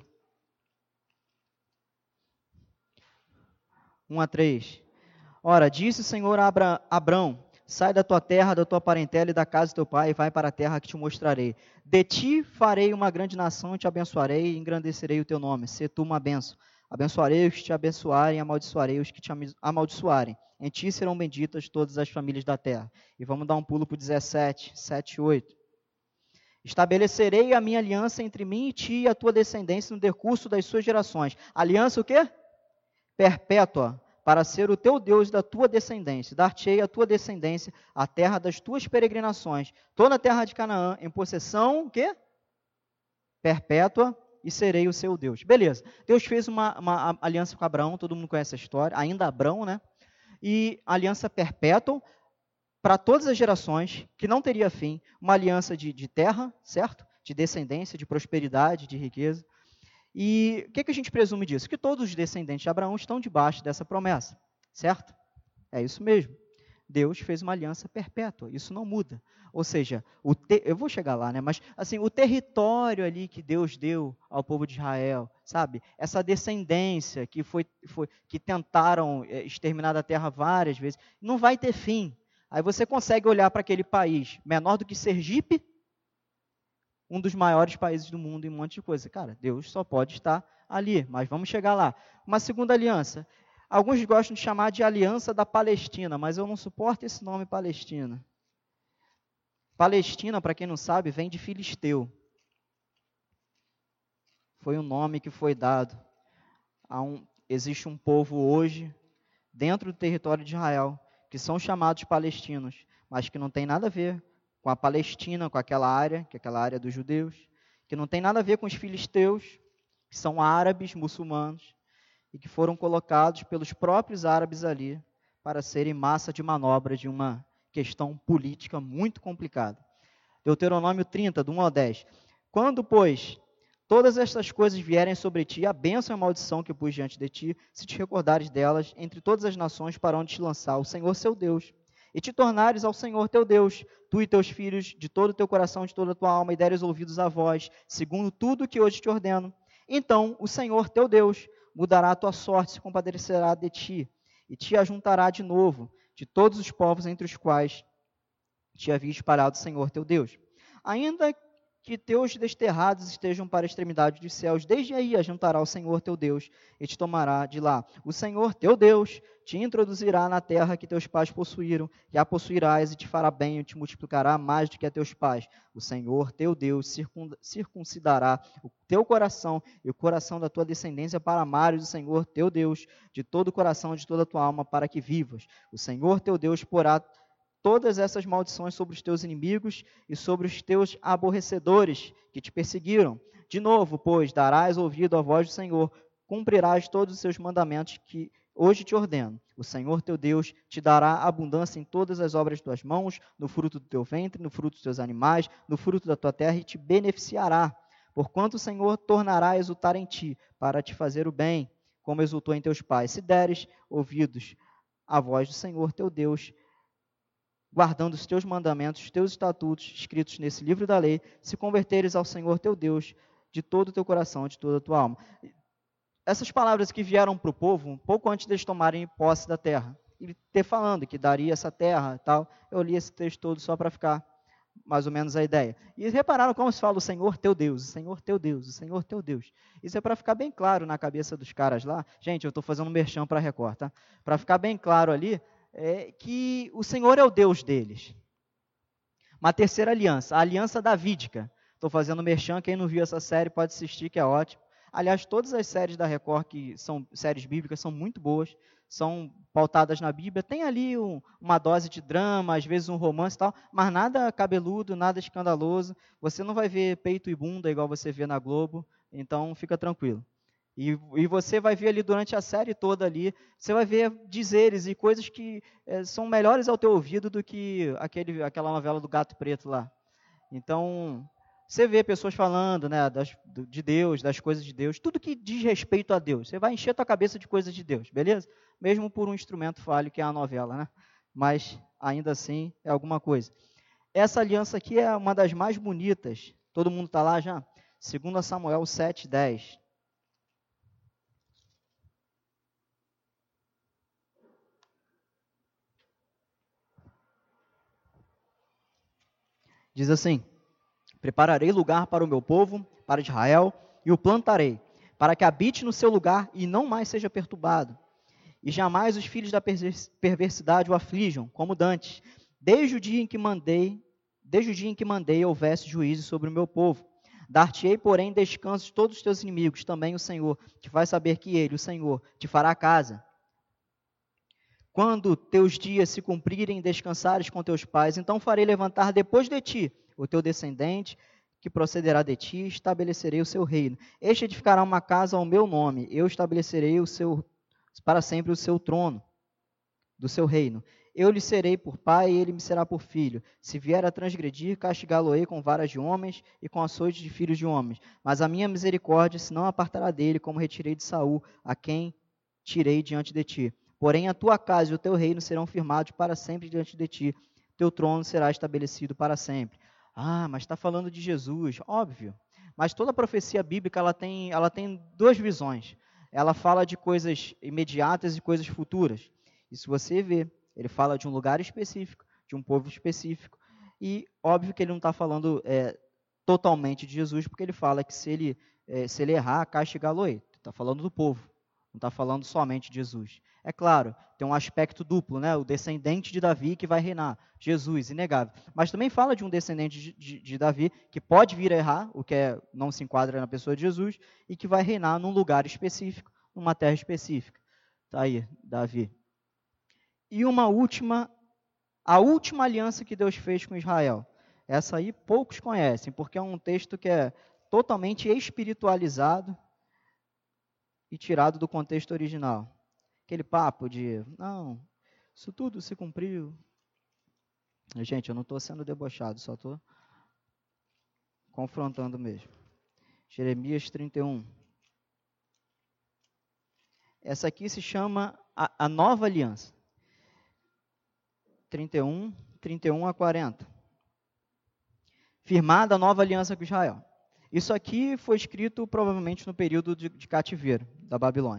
um a três. Ora, disse o Senhor a Abra, Abrão, sai da tua terra, da tua parentela e da casa do teu pai, e vai para a terra que te mostrarei. De ti farei uma grande nação, te abençoarei e engrandecerei o teu nome. Sê tu uma bênção. Abençoarei os que te abençoarem, amaldiçoarei os que te amaldiçoarem. Em ti serão benditas todas as famílias da terra. E vamos dar um pulo para o dezessete, sete e oito. Estabelecerei a minha aliança entre mim e ti e a tua descendência no decurso das suas gerações. Aliança o quê? Perpétua, para ser o teu Deus da tua descendência. Dar-te-ei a tua descendência a terra das tuas peregrinações, toda a terra de Canaã, em possessão, o quê? Perpétua, e serei o seu Deus. Beleza. Deus fez uma, uma aliança com Abraão, todo mundo conhece a história, ainda Abraão, né? E aliança perpétua para todas as gerações, que não teria fim, uma aliança de, de terra, certo? De descendência, de prosperidade, de riqueza. E o que, que a gente presume disso? Que todos os descendentes de Abraão estão debaixo dessa promessa, certo? É isso mesmo. Deus fez uma aliança perpétua, isso não muda. Ou seja, o te... eu vou chegar lá, né? Mas assim, o território ali que Deus deu ao povo de Israel, sabe? Essa descendência que foi, foi que tentaram exterminar da terra várias vezes, não vai ter fim. Aí você consegue olhar para aquele país menor do que Sergipe, um dos maiores países do mundo em um monte de coisa. Cara, Deus só pode estar ali, mas vamos chegar lá. Uma segunda aliança. Alguns gostam de chamar de Aliança da Palestina, mas eu não suporto esse nome Palestina. Palestina, para quem não sabe, vem de Filisteu. Foi um nome que foi dado. A um, existe um povo hoje, dentro do território de Israel, que são chamados palestinos, mas que não tem nada a ver com a Palestina, com aquela área, que é aquela área dos judeus, que não tem nada a ver com os filisteus, que são árabes, muçulmanos, e que foram colocados pelos próprios árabes ali para serem massa de manobra de uma questão política muito complicada. Deuteronômio trinta, do um ao dez. Quando, pois, todas estas coisas vierem sobre ti, a bênção e a maldição que pus diante de ti, se te recordares delas, entre todas as nações para onde te lançar o Senhor seu Deus, e te tornares ao Senhor teu Deus, tu e teus filhos, de todo o teu coração, de toda a tua alma, e deres ouvidos à voz, segundo tudo o que hoje te ordeno, então o Senhor teu Deus mudará a tua sorte, se compadecerá de ti, e te ajuntará de novo de todos os povos entre os quais te havia espalhado o Senhor teu Deus. Ainda que teus desterrados estejam para a extremidade dos céus, desde aí ajuntará o Senhor teu Deus e te tomará de lá. O Senhor teu Deus te introduzirá na terra que teus pais possuíram, e a possuirás, e te fará bem, e te multiplicará mais do que a teus pais. O Senhor teu Deus circuncidará o teu coração e o coração da tua descendência para amares o Senhor teu Deus de todo o coração, de toda a tua alma, para que vivas. O Senhor teu Deus porá todas essas maldições sobre os teus inimigos e sobre os teus aborrecedores que te perseguiram. De novo, pois, darás ouvido à voz do Senhor, cumprirás todos os seus mandamentos que hoje te ordeno. O Senhor teu Deus te dará abundância em todas as obras de tuas mãos, no fruto do teu ventre, no fruto dos teus animais, no fruto da tua terra, e te beneficiará. Porquanto o Senhor tornará a exultar em ti, para te fazer o bem, como exultou em teus pais, se deres ouvidos à voz do Senhor teu Deus, guardando os teus mandamentos, os teus estatutos, escritos nesse livro da lei, se converteres ao Senhor teu Deus de todo o teu coração, de toda a tua alma. Essas palavras que vieram para o povo, um pouco antes deles tomarem posse da terra, e ter falando que daria essa terra e tal, eu li esse texto todo só para ficar mais ou menos a ideia. E repararam como se fala o Senhor teu Deus, o Senhor teu Deus, o Senhor teu Deus. Isso é para ficar bem claro na cabeça dos caras lá. Gente, eu estou fazendo um merchan para a Record, tá? Para ficar bem claro ali, é que o Senhor é o Deus deles. Uma terceira aliança, a aliança davídica. Estou fazendo merchan, quem não viu essa série pode assistir, que é ótimo. Aliás, todas as séries da Record, que são séries bíblicas, são muito boas, são pautadas na Bíblia. Tem ali um, uma dose de drama, às vezes um romance e tal, mas nada cabeludo, nada escandaloso. Você não vai ver peito e bunda igual você vê na Globo, então fica tranquilo. E, e você vai ver ali durante a série toda ali, você vai ver dizeres e coisas que é, são melhores ao teu ouvido do que aquele, aquela novela do Gato Preto lá. Então, você vê pessoas falando, né, das, de Deus, das coisas de Deus, tudo que diz respeito a Deus. Você vai encher a tua cabeça de coisas de Deus, beleza? Mesmo por um instrumento falho que é a novela, né? Mas, ainda assim, é alguma coisa. Essa aliança aqui é uma das mais bonitas. Todo mundo está lá já? Segundo Samuel sete, dez. Diz assim: prepararei lugar para o meu povo, para Israel, e o plantarei, para que habite no seu lugar e não mais seja perturbado. E jamais os filhos da perversidade o aflijam, como dantes, desde o dia em que mandei, desde o dia em que mandei houvesse juízo sobre o meu povo. Dar-te-ei, porém, descanso de todos os teus inimigos, também o Senhor, te faz saber que Ele, o Senhor, te fará casa. Quando teus dias se cumprirem e descansares com teus pais, então farei levantar depois de ti o teu descendente, que procederá de ti, e estabelecerei o seu reino. Este edificará uma casa ao meu nome, eu estabelecerei o seu, para sempre o seu trono do seu reino. Eu lhe serei por pai, e ele me será por filho. Se vier a transgredir, castigá-lo-ei com varas de homens e com açoites de filhos de homens. Mas a minha misericórdia se não apartará dele, como retirei de Saul, a quem tirei diante de ti. Porém, a tua casa e o teu reino serão firmados para sempre diante de ti. Teu trono será estabelecido para sempre. Ah, mas está falando de Jesus. Óbvio. Mas toda a profecia bíblica ela tem, ela tem duas visões. Ela fala de coisas imediatas e coisas futuras. E se você vê, ele fala de um lugar específico, de um povo específico. E óbvio que ele não está falando é, totalmente de Jesus, porque ele fala que se ele, é, se ele errar, castigá-lo-ei. Está falando do povo. Não está falando somente de Jesus. É claro, tem um aspecto duplo, né? O descendente de Davi que vai reinar, Jesus, inegável. Mas também fala de um descendente de, de, de Davi que pode vir a errar, o que é, não se enquadra na pessoa de Jesus, e que vai reinar num lugar específico, numa terra específica. Está aí, Davi. E uma última, a última aliança que Deus fez com Israel. Essa aí poucos conhecem, porque é um texto que é totalmente espiritualizado e tirado do contexto original. Aquele papo de, não, isso tudo se cumpriu. Gente, eu não estou sendo debochado, só estou confrontando mesmo. Jeremias trinta e um. Essa aqui se chama a, a nova aliança. trinta e um, trinta e um a quarenta. Firmada a nova aliança com Israel. Isso aqui foi escrito provavelmente no período de, de cativeiro da Babilônia.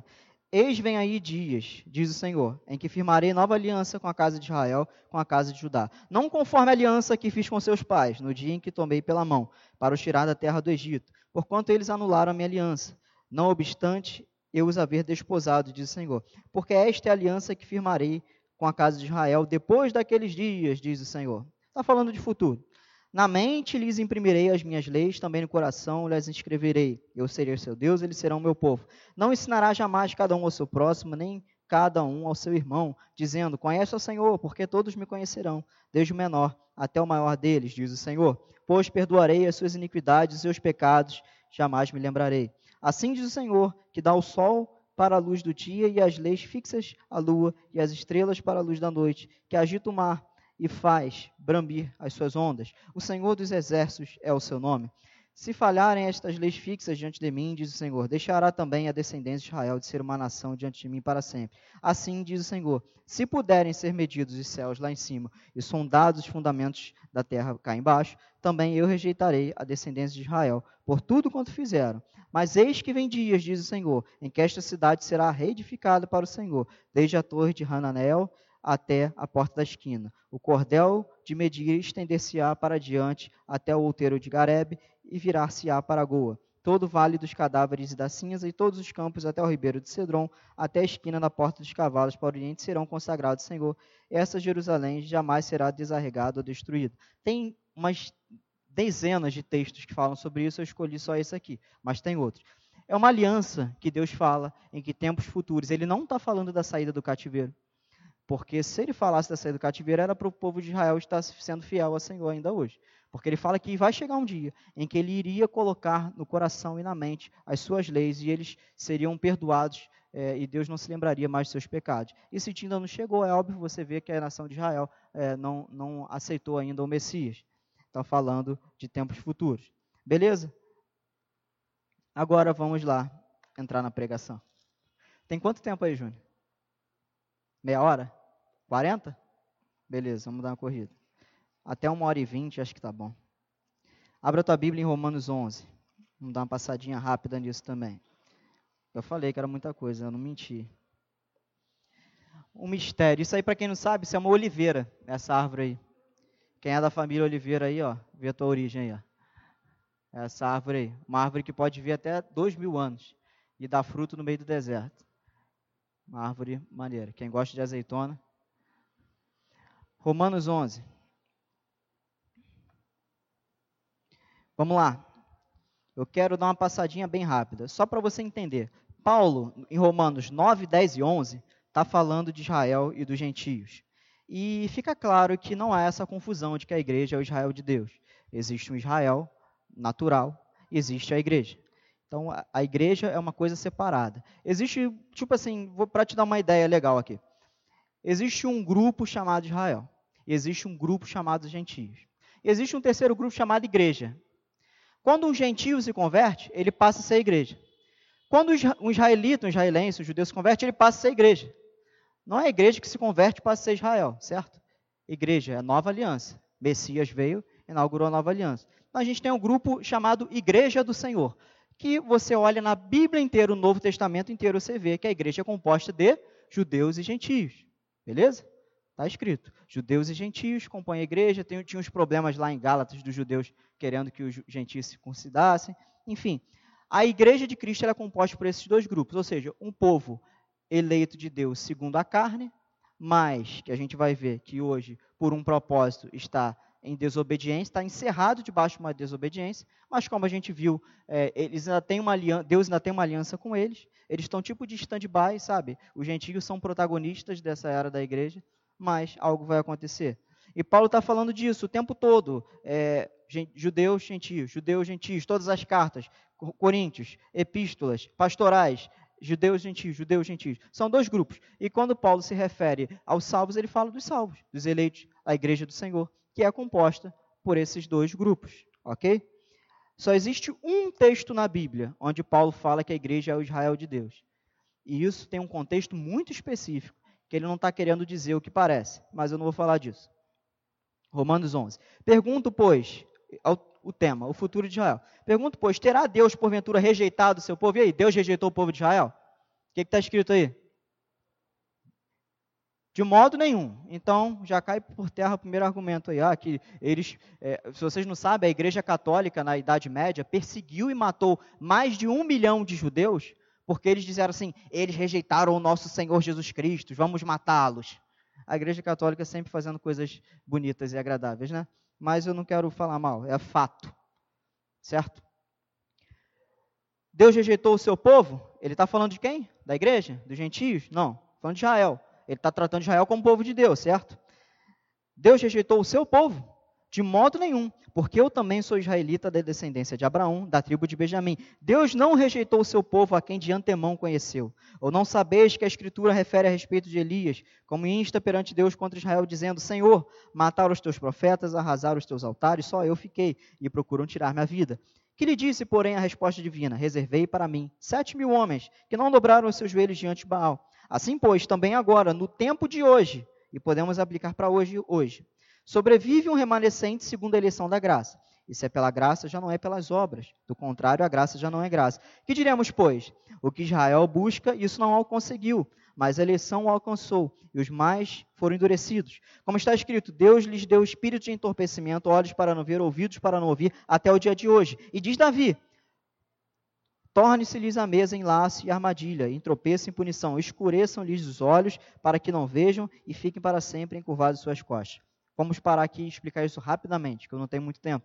Eis vem aí dias, diz o Senhor, em que firmarei nova aliança com a casa de Israel, com a casa de Judá. Não conforme a aliança que fiz com seus pais, no dia em que tomei pela mão, para os tirar da terra do Egito, porquanto eles anularam a minha aliança. Não obstante, eu os haver desposado, diz o Senhor. Porque esta é a aliança que firmarei com a casa de Israel depois daqueles dias, diz o Senhor. Está falando de futuro. Na mente lhes imprimirei as minhas leis, também no coração lhes escreverei. Eu serei seu Deus, eles serão meu povo. Não ensinará jamais cada um ao seu próximo, nem cada um ao seu irmão, dizendo, conhece o Senhor, porque todos me conhecerão, desde o menor até o maior deles, diz o Senhor. Pois perdoarei as suas iniquidades e os seus pecados, jamais me lembrarei. Assim diz o Senhor, que dá o sol para a luz do dia e as leis fixas à lua e as estrelas para a luz da noite, que agita o mar e faz brambir as suas ondas. O Senhor dos exércitos é o seu nome. Se falharem estas leis fixas diante de mim, diz o Senhor, deixará também a descendência de Israel de ser uma nação diante de mim para sempre. Assim diz o Senhor, se puderem ser medidos os céus lá em cima e sondados os fundamentos da terra cá embaixo, também eu rejeitarei a descendência de Israel por tudo quanto fizeram. Mas eis que vem dias, diz o Senhor, em que esta cidade será reedificada para o Senhor, desde a torre de Hananel até a porta da esquina. O cordel de medir estender-se-á para diante até o outeiro de Garebe e virar-se-á para a Goa. Todo o vale dos cadáveres e da cinza e todos os campos até o ribeiro de Cedron, até a esquina da porta dos cavalos para o oriente serão consagrados, Senhor. Essa Jerusalém jamais será desarregada ou destruída. Tem umas dezenas de textos que falam sobre isso, eu escolhi só esse aqui, mas tem outros. É uma aliança que Deus fala em que tempos futuros, ele não está falando da saída do cativeiro, porque se ele falasse da saída do cativeiro, era para o povo de Israel estar sendo fiel ao Senhor ainda hoje. Porque ele fala que vai chegar um dia em que ele iria colocar no coração e na mente as suas leis e eles seriam perdoados é, e Deus não se lembraria mais de seus pecados. Esse dia ainda não chegou, é óbvio você vê que a nação de Israel é, não, não aceitou ainda o Messias. Está falando de tempos futuros. Beleza? Agora vamos lá entrar na pregação. Tem quanto tempo aí, Júnior? Meia hora? quarenta? Beleza, vamos dar uma corrida. Até uma hora e vinte, acho que tá bom. Abra a tua Bíblia em Romanos onze. Vamos dar uma passadinha rápida nisso também. Eu falei que era muita coisa, eu não menti. Um mistério. Isso aí, para quem não sabe, isso é uma oliveira, essa árvore aí. Quem é da família Oliveira aí, ó, vê a tua origem aí, ó. Essa árvore aí. Uma árvore que pode vir até dois mil anos e dar fruto no meio do deserto. Uma árvore maneira. Quem gosta de azeitona. Romanos onze. Vamos lá. Eu quero dar uma passadinha bem rápida, só para você entender. Paulo, em Romanos nove, dez e onze, está falando de Israel e dos gentios. E fica claro que não há essa confusão de que a igreja é o Israel de Deus. Existe um Israel natural e existe a igreja. Então, a, a igreja é uma coisa separada. Existe, tipo assim, para te dar uma ideia legal aqui. Existe um grupo chamado Israel. E existe um grupo chamado gentios. E existe um terceiro grupo chamado igreja. Quando um gentio se converte, ele passa a ser igreja. Quando um israelita, um israelense, um judeu se converte, ele passa a ser igreja. Não é a igreja que se converte para ser Israel, certo? Igreja é a nova aliança. Messias veio, inaugurou a nova aliança. Então a gente tem um grupo chamado Igreja do Senhor, que você olha na Bíblia inteira, o Novo Testamento inteiro, você vê que a igreja é composta de judeus e gentios. Beleza? Está escrito. Judeus e gentios compõem a igreja. Tem, tinha uns problemas lá em Gálatas dos judeus querendo que os gentios se circuncidassem. Enfim, a igreja de Cristo ela é composta por esses dois grupos. Ou seja, um povo eleito de Deus segundo a carne, mas que a gente vai ver que hoje, por um propósito, está em desobediência, está encerrado debaixo de uma desobediência, mas como a gente viu, é, eles ainda têm uma aliança, Deus ainda tem uma aliança com eles, eles estão tipo de stand-by, sabe? Os gentios são protagonistas dessa era da igreja, mas algo vai acontecer. E Paulo está falando disso o tempo todo, é, judeus, gentios, judeus, gentios, todas as cartas, Coríntios, epístolas, pastorais, judeus, gentios, judeus, gentios. São dois grupos. E quando Paulo se refere aos salvos, ele fala dos salvos, dos eleitos, a igreja do Senhor, que é composta por esses dois grupos, ok? Só existe um texto na Bíblia onde Paulo fala que a igreja é o Israel de Deus. E isso tem um contexto muito específico, que ele não está querendo dizer o que parece, mas eu não vou falar disso. Romanos onze. Pergunto, pois, o tema, o futuro de Israel. Pergunto, pois, terá Deus, porventura, rejeitado o seu povo? E aí, Deus rejeitou o povo de Israel? O que está escrito aí? De modo nenhum. Então, já cai por terra o primeiro argumento aí. Ah, que eles, é, se vocês não sabem, a Igreja Católica, na Idade Média, perseguiu e matou mais de um milhão de judeus, porque eles disseram assim, eles rejeitaram o nosso Senhor Jesus Cristo, vamos matá-los. A Igreja Católica sempre fazendo coisas bonitas e agradáveis, né? Mas eu não quero falar mal, é fato. Certo? Deus rejeitou o seu povo? Ele está falando de quem? Da igreja? Dos gentios? Não, falando de Israel. Ele está tratando Israel como povo de Deus, certo? Deus rejeitou o seu povo? De modo nenhum, porque eu também sou israelita da descendência de Abraão, da tribo de Benjamim. Deus não rejeitou o seu povo a quem de antemão conheceu. Ou não sabeis que a Escritura refere a respeito de Elias, como insta perante Deus contra Israel, dizendo, Senhor, mataram os teus profetas, arrasaram os teus altares, só eu fiquei, e procuram tirar minha vida. Que lhe disse, porém, a resposta divina, reservei para mim sete mil homens, que não dobraram os seus joelhos diante de Baal. Assim, pois, também agora, no tempo de hoje, e podemos aplicar para hoje, hoje, sobrevive um remanescente segundo a eleição da graça. E se é pela graça, já não é pelas obras. Do contrário, a graça já não é graça. Que diremos, pois? O que Israel busca, isso não o conseguiu, mas a eleição o alcançou, e os mais foram endurecidos. Como está escrito, Deus lhes deu espírito de entorpecimento, olhos para não ver, ouvidos para não ouvir, até o dia de hoje. E diz Davi, torne-se-lhes a mesa em laço e armadilha, em tropeço e em punição, escureçam-lhes os olhos, para que não vejam, e fiquem para sempre encurvados suas costas. Vamos parar aqui e explicar isso rapidamente, que eu não tenho muito tempo.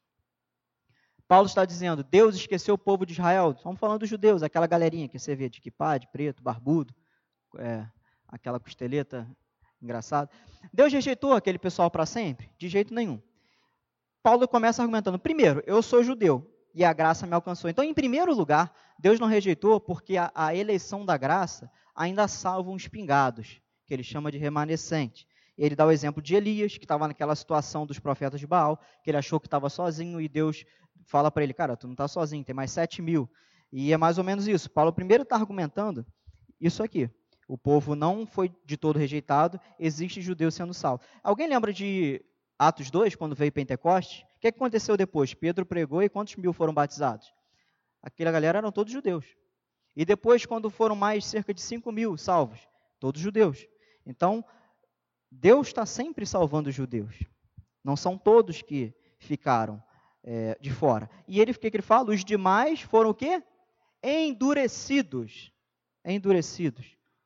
Paulo está dizendo, Deus esqueceu o povo de Israel. Estamos falando dos judeus, aquela galerinha que você vê de quipá, de preto, barbudo, é, aquela costeleta engraçada. Deus rejeitou aquele pessoal para sempre? De jeito nenhum. Paulo começa argumentando, primeiro, eu sou judeu e a graça me alcançou. Então, em primeiro lugar, Deus não rejeitou porque a, a eleição da graça ainda salva uns pingados, que ele chama de remanescente. Ele dá o exemplo de Elias, que estava naquela situação dos profetas de Baal, que ele achou que estava sozinho e Deus fala para ele, cara, tu não está sozinho, tem mais sete mil. E é mais ou menos isso. Paulo primeiro está argumentando isso aqui. O povo não foi de todo rejeitado, existe judeu sendo salvo. Alguém lembra de Atos dois, quando veio Pentecostes? O que aconteceu depois? Pedro pregou e quantos mil foram batizados? Aquela galera eram todos judeus. E depois, quando foram mais cerca de cinco mil salvos? Todos judeus. Então, Deus está sempre salvando os judeus. Não são todos que ficaram é, de fora. E ele, o que, que ele fala? Os demais foram o quê? Endurecidos. Endurecidos.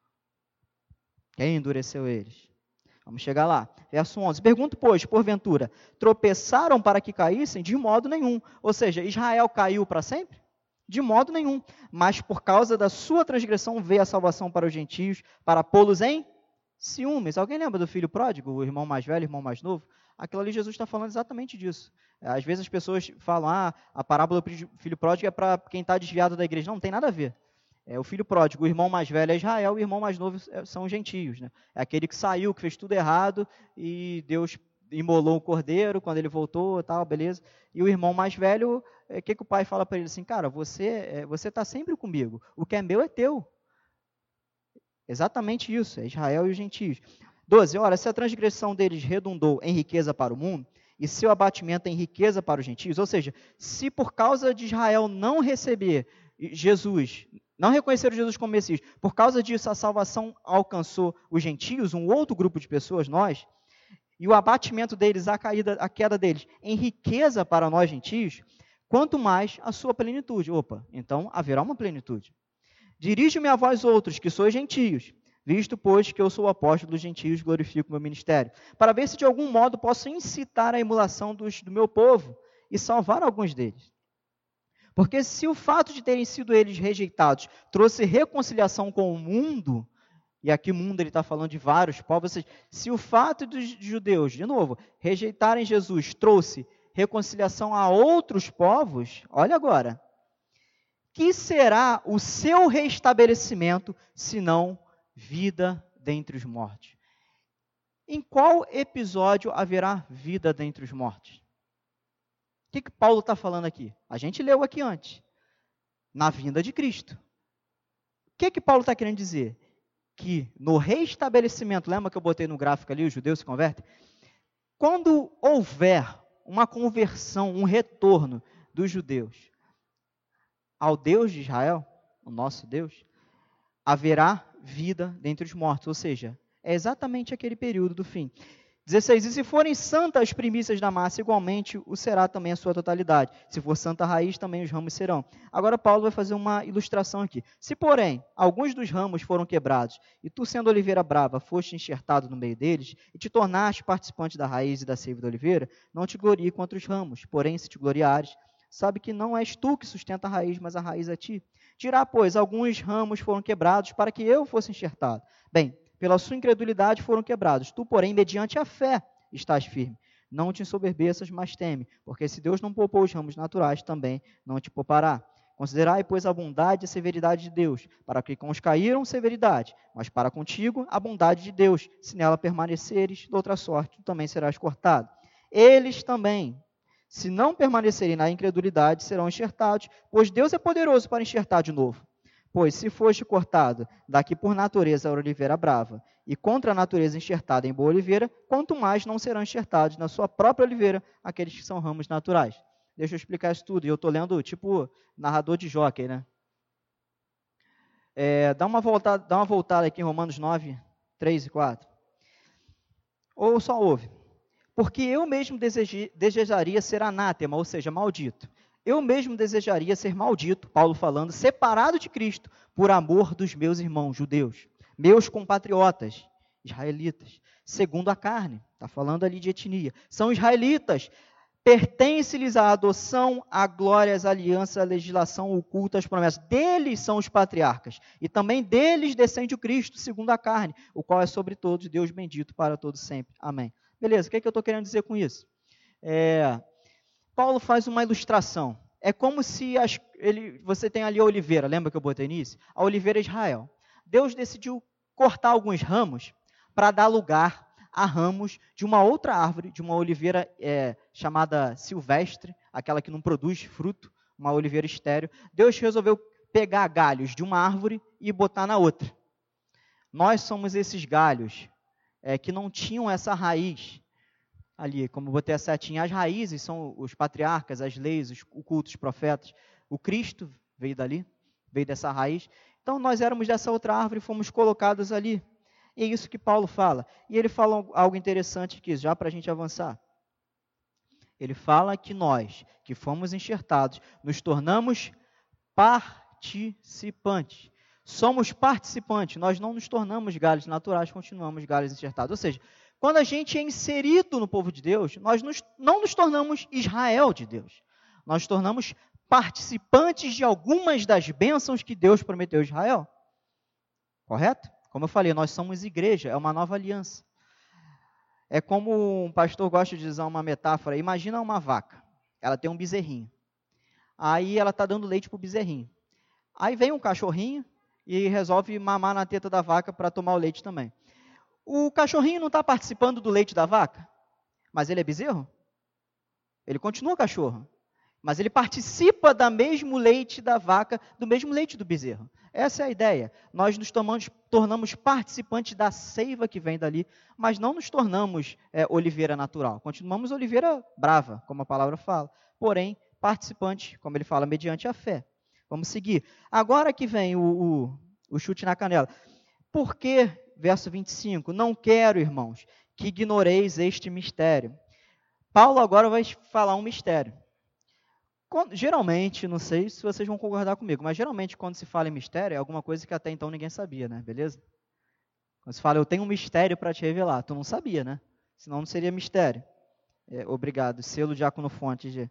Quem endureceu eles? Vamos chegar lá. Verso onze. Pergunto, pois, porventura, tropeçaram para que caíssem? De modo nenhum. Ou seja, Israel caiu para sempre? De modo nenhum. Mas por causa da sua transgressão veio a salvação para os gentios, para pô-los em ciúmes. Alguém lembra do filho pródigo, o irmão mais velho, o irmão mais novo? Aquilo ali Jesus está falando exatamente disso. Às vezes as pessoas falam, ah, a parábola do filho pródigo é para quem está desviado da igreja. Não, não tem nada a ver. É o filho pródigo, o irmão mais velho é Israel, o irmão mais novo são os gentios. Né? É aquele que saiu, que fez tudo errado, e Deus imolou o cordeiro quando ele voltou, tal, beleza. E o irmão mais velho, o é, que, que o pai fala para ele? Assim, cara, você é, você está sempre comigo, o que é meu é teu. Exatamente isso, é Israel e os gentios. doze. Ora, se a transgressão deles redundou em riqueza para o mundo, e seu abatimento em riqueza para os gentios, ou seja, se por causa de Israel não receber Jesus, não reconhecer Jesus como Messias, por causa disso a salvação alcançou os gentios, um outro grupo de pessoas, nós, e o abatimento deles, a, caída, a queda deles, em riqueza para nós gentios, quanto mais a sua plenitude. Opa, então haverá uma plenitude. Dirige-me a vós outros, que sois gentios, visto, pois, que eu sou o apóstolo dos gentios, glorifico o meu ministério, para ver se de algum modo posso incitar a emulação dos, do meu povo e salvar alguns deles. Porque se o fato de terem sido eles rejeitados trouxe reconciliação com o mundo, e aqui mundo ele está falando de vários povos, ou seja, se o fato dos judeus, de novo, rejeitarem Jesus trouxe reconciliação a outros povos, olha agora, que será o seu restabelecimento, se não vida dentre os mortos? Em qual episódio haverá vida dentre os mortos? O que, que Paulo está falando aqui? A gente leu aqui antes. Na vinda de Cristo. O que, que Paulo está querendo dizer? Que no restabelecimento, lembra que eu botei no gráfico ali, os judeus se convertem? Quando houver uma conversão, um retorno dos judeus ao Deus de Israel, o nosso Deus, haverá vida dentre os mortos, ou seja, é exatamente aquele período do fim. dezesseis. E se forem santas as primícias da massa, igualmente o será também a sua totalidade. Se for santa a raiz, também os ramos serão. Agora Paulo vai fazer uma ilustração aqui. Se, porém, alguns dos ramos foram quebrados, e tu, sendo oliveira brava, foste enxertado no meio deles, e te tornaste participante da raiz e da seiva da oliveira, não te glorie contra os ramos. Porém, se te gloriares, sabe que não és tu que sustenta a raiz, mas a raiz a ti. Dirá, pois, alguns ramos foram quebrados para que eu fosse enxertado. Bem, pela sua incredulidade foram quebrados. Tu, porém, mediante a fé, estás firme. Não te ensoberbeças, mas teme, porque se Deus não poupou os ramos naturais, também não te poupará. Considerai, pois, a bondade e a severidade de Deus, para que com os caíram severidade, mas para contigo a bondade de Deus. Se nela permaneceres, de outra sorte, tu também serás cortado. Eles também, se não permanecerem na incredulidade, serão enxertados, pois Deus é poderoso para enxertar de novo. Pois, se foste cortado daqui por natureza a oliveira brava, e contra a natureza enxertada em boa oliveira, quanto mais não serão enxertados na sua própria oliveira aqueles que são ramos naturais. Deixa eu explicar isso tudo, e eu estou lendo tipo narrador de jockey, né? É, dá, uma voltada, dá uma voltada aqui em Romanos nove, três e quatro. Ou só ouve. Porque eu mesmo desejei, desejaria ser anátema, ou seja, maldito. Eu mesmo desejaria ser maldito, Paulo falando, separado de Cristo, por amor dos meus irmãos judeus, meus compatriotas, israelitas, segundo a carne, está falando ali de etnia, são israelitas, pertence-lhes a adoção, a glórias, a aliança, a legislação, o culto, as promessas. Deles são os patriarcas, e também deles descende o Cristo, segundo a carne, o qual é sobre todos, Deus bendito para todos sempre. Amém. Beleza, o que, é que eu estou querendo dizer com isso? É... Paulo faz uma ilustração. É como se as, ele, você tem ali a oliveira, lembra que eu botei nisso? A oliveira é Israel. Deus decidiu cortar alguns ramos para dar lugar a ramos de uma outra árvore, de uma oliveira é, chamada silvestre, aquela que não produz fruto, uma oliveira estéril. Deus resolveu pegar galhos de uma árvore e botar na outra. Nós somos esses galhos é, que não tinham essa raiz. Ali, como eu botei a setinha, as raízes são os patriarcas, as leis, os, o culto, os profetas. O Cristo veio dali, veio dessa raiz. Então, nós éramos dessa outra árvore e fomos colocados ali. E é isso que Paulo fala. E ele fala algo interessante aqui, já para a gente avançar. Ele fala que nós, que fomos enxertados, nos tornamos participantes. Somos participantes, nós não nos tornamos galhos naturais, continuamos galhos enxertados. Ou seja, quando a gente é inserido no povo de Deus, nós nos, não nos tornamos Israel de Deus. Nós nos tornamos participantes de algumas das bênçãos que Deus prometeu a Israel. Correto? Como eu falei, nós somos igreja, é uma nova aliança. É como um pastor gosta de usar uma metáfora. Imagina uma vaca, ela tem um bezerrinho. Aí ela está dando leite para o bezerrinho. Aí vem um cachorrinho e resolve mamar na teta da vaca para tomar o leite também. O cachorrinho não está participando do leite da vaca, mas ele é bezerro? Ele continua cachorro, mas ele participa do mesmo leite da vaca, do mesmo leite do bezerro. Essa é a ideia. Nós nos tomamos, tornamos participantes da seiva que vem dali, mas não nos tornamos é, oliveira natural. Continuamos oliveira brava, como a palavra fala. Porém, participantes, como ele fala, mediante a fé. Vamos seguir. Agora que vem o, o, o chute na canela. Por que... Verso vinte e cinco, não quero, irmãos, que ignoreis este mistério. Paulo agora vai falar um mistério. Quando, geralmente, não sei se vocês vão concordar comigo, mas geralmente quando se fala em mistério, é alguma coisa que até então ninguém sabia, né? Beleza? Quando se fala, eu tenho um mistério para te revelar, tu não sabia, né? Senão não seria mistério. É, obrigado, selo Diácono Fonte. G.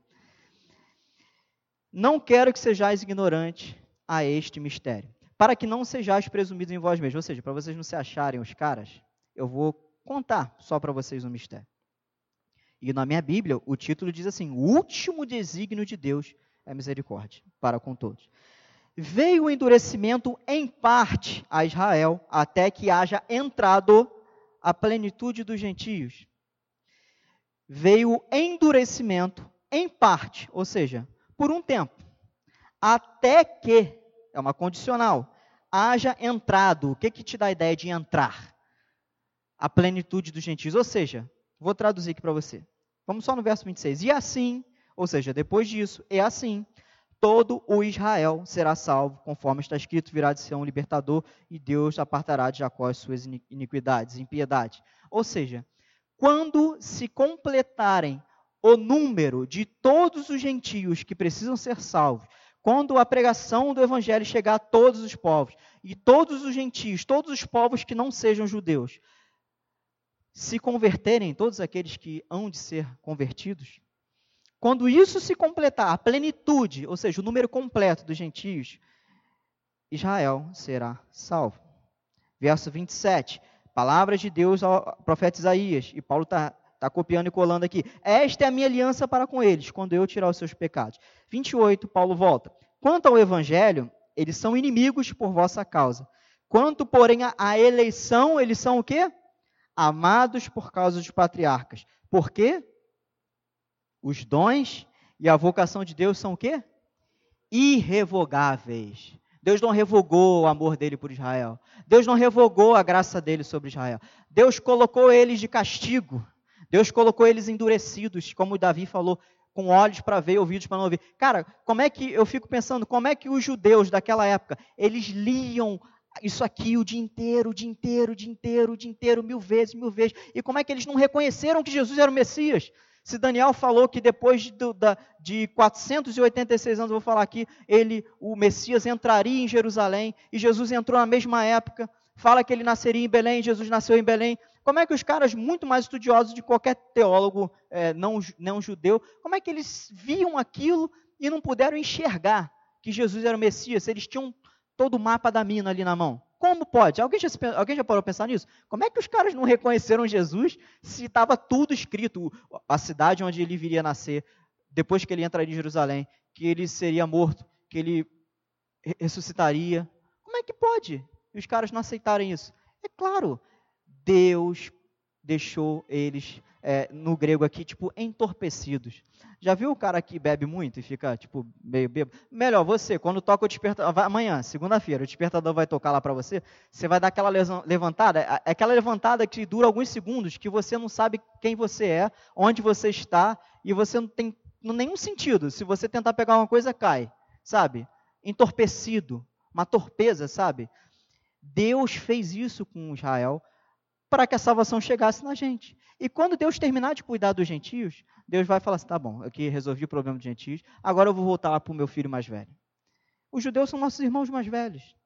Não quero que sejais ignorantes a este mistério, para que não sejais presumidos em vós mesmos. Ou seja, para vocês não se acharem os caras, eu vou contar só para vocês um mistério. E na minha Bíblia, o título diz assim, o último desígnio de Deus é misericórdia, para com todos. Veio o endurecimento em parte a Israel, até que haja entrado a plenitude dos gentios. Veio o endurecimento em parte, ou seja, por um tempo, até que, é uma condicional, haja entrado. O que, que te dá a ideia de entrar? A plenitude dos gentios. Ou seja, vou traduzir aqui para você. Vamos só no verso vinte e seis. E assim, ou seja, depois disso, é assim, todo o Israel será salvo, conforme está escrito, virá de Sião um libertador, e Deus apartará de Jacó as suas iniquidades, impiedade. Ou seja, quando se completarem o número de todos os gentios que precisam ser salvos, quando a pregação do evangelho chegar a todos os povos, e todos os gentios, todos os povos que não sejam judeus, se converterem, todos aqueles que hão de ser convertidos, quando isso se completar, a plenitude, ou seja, o número completo dos gentios, Israel será salvo. Verso vinte e sete, palavras de Deus ao profeta Isaías, e Paulo está tá copiando e colando aqui. Esta é a minha aliança para com eles, quando eu tirar os seus pecados. vinte e oito, Paulo volta. Quanto ao evangelho, eles são inimigos por vossa causa. Quanto, porém, à eleição, eles são o quê? Amados por causa dos patriarcas. Por quê? Os dons e a vocação de Deus são o quê? Irrevogáveis. Deus não revogou o amor dele por Israel. Deus não revogou a graça dele sobre Israel. Deus colocou eles de castigo. Deus colocou eles endurecidos, como Davi falou, com olhos para ver e ouvidos para não ouvir. Cara, como é que, eu fico pensando, como é que os judeus daquela época, eles liam isso aqui o dia inteiro, o dia inteiro, o dia inteiro, o dia inteiro, mil vezes, mil vezes. E como é que eles não reconheceram que Jesus era o Messias? Se Daniel falou que depois de, de quatrocentos e oitenta e seis anos, eu vou falar aqui, ele, o Messias entraria em Jerusalém, e Jesus entrou na mesma época, fala que ele nasceria em Belém, Jesus nasceu em Belém. Como é que os caras, muito mais estudiosos de qualquer teólogo é, não, não judeu, como é que eles viam aquilo e não puderam enxergar que Jesus era o Messias? Eles tinham todo o mapa da mina ali na mão. Como pode? Alguém já, alguém já parou para pensar nisso? Como é que os caras não reconheceram Jesus se estava tudo escrito, a cidade onde ele viria nascer, depois que ele entraria em Jerusalém, que ele seria morto, que ele ressuscitaria? Como é que pode? E os caras não aceitarem isso? É claro, Deus deixou eles, é, no grego aqui, tipo, entorpecidos. Já viu o cara que bebe muito e fica, tipo, meio bêbado? Melhor, você, quando toca o despertador, amanhã, segunda-feira, o despertador vai tocar lá para você, você vai dar aquela levantada, é aquela levantada que dura alguns segundos, que você não sabe quem você é, onde você está, e você não tem nenhum sentido. Se você tentar pegar uma coisa, cai, sabe? Entorpecido, uma torpeza, sabe? Deus fez isso com Israel, para que a salvação chegasse na gente. E quando Deus terminar de cuidar dos gentios, Deus vai falar assim, tá bom, aqui resolvi o problema dos gentios, agora eu vou voltar lá para o meu filho mais velho. Os judeus são nossos irmãos mais velhos.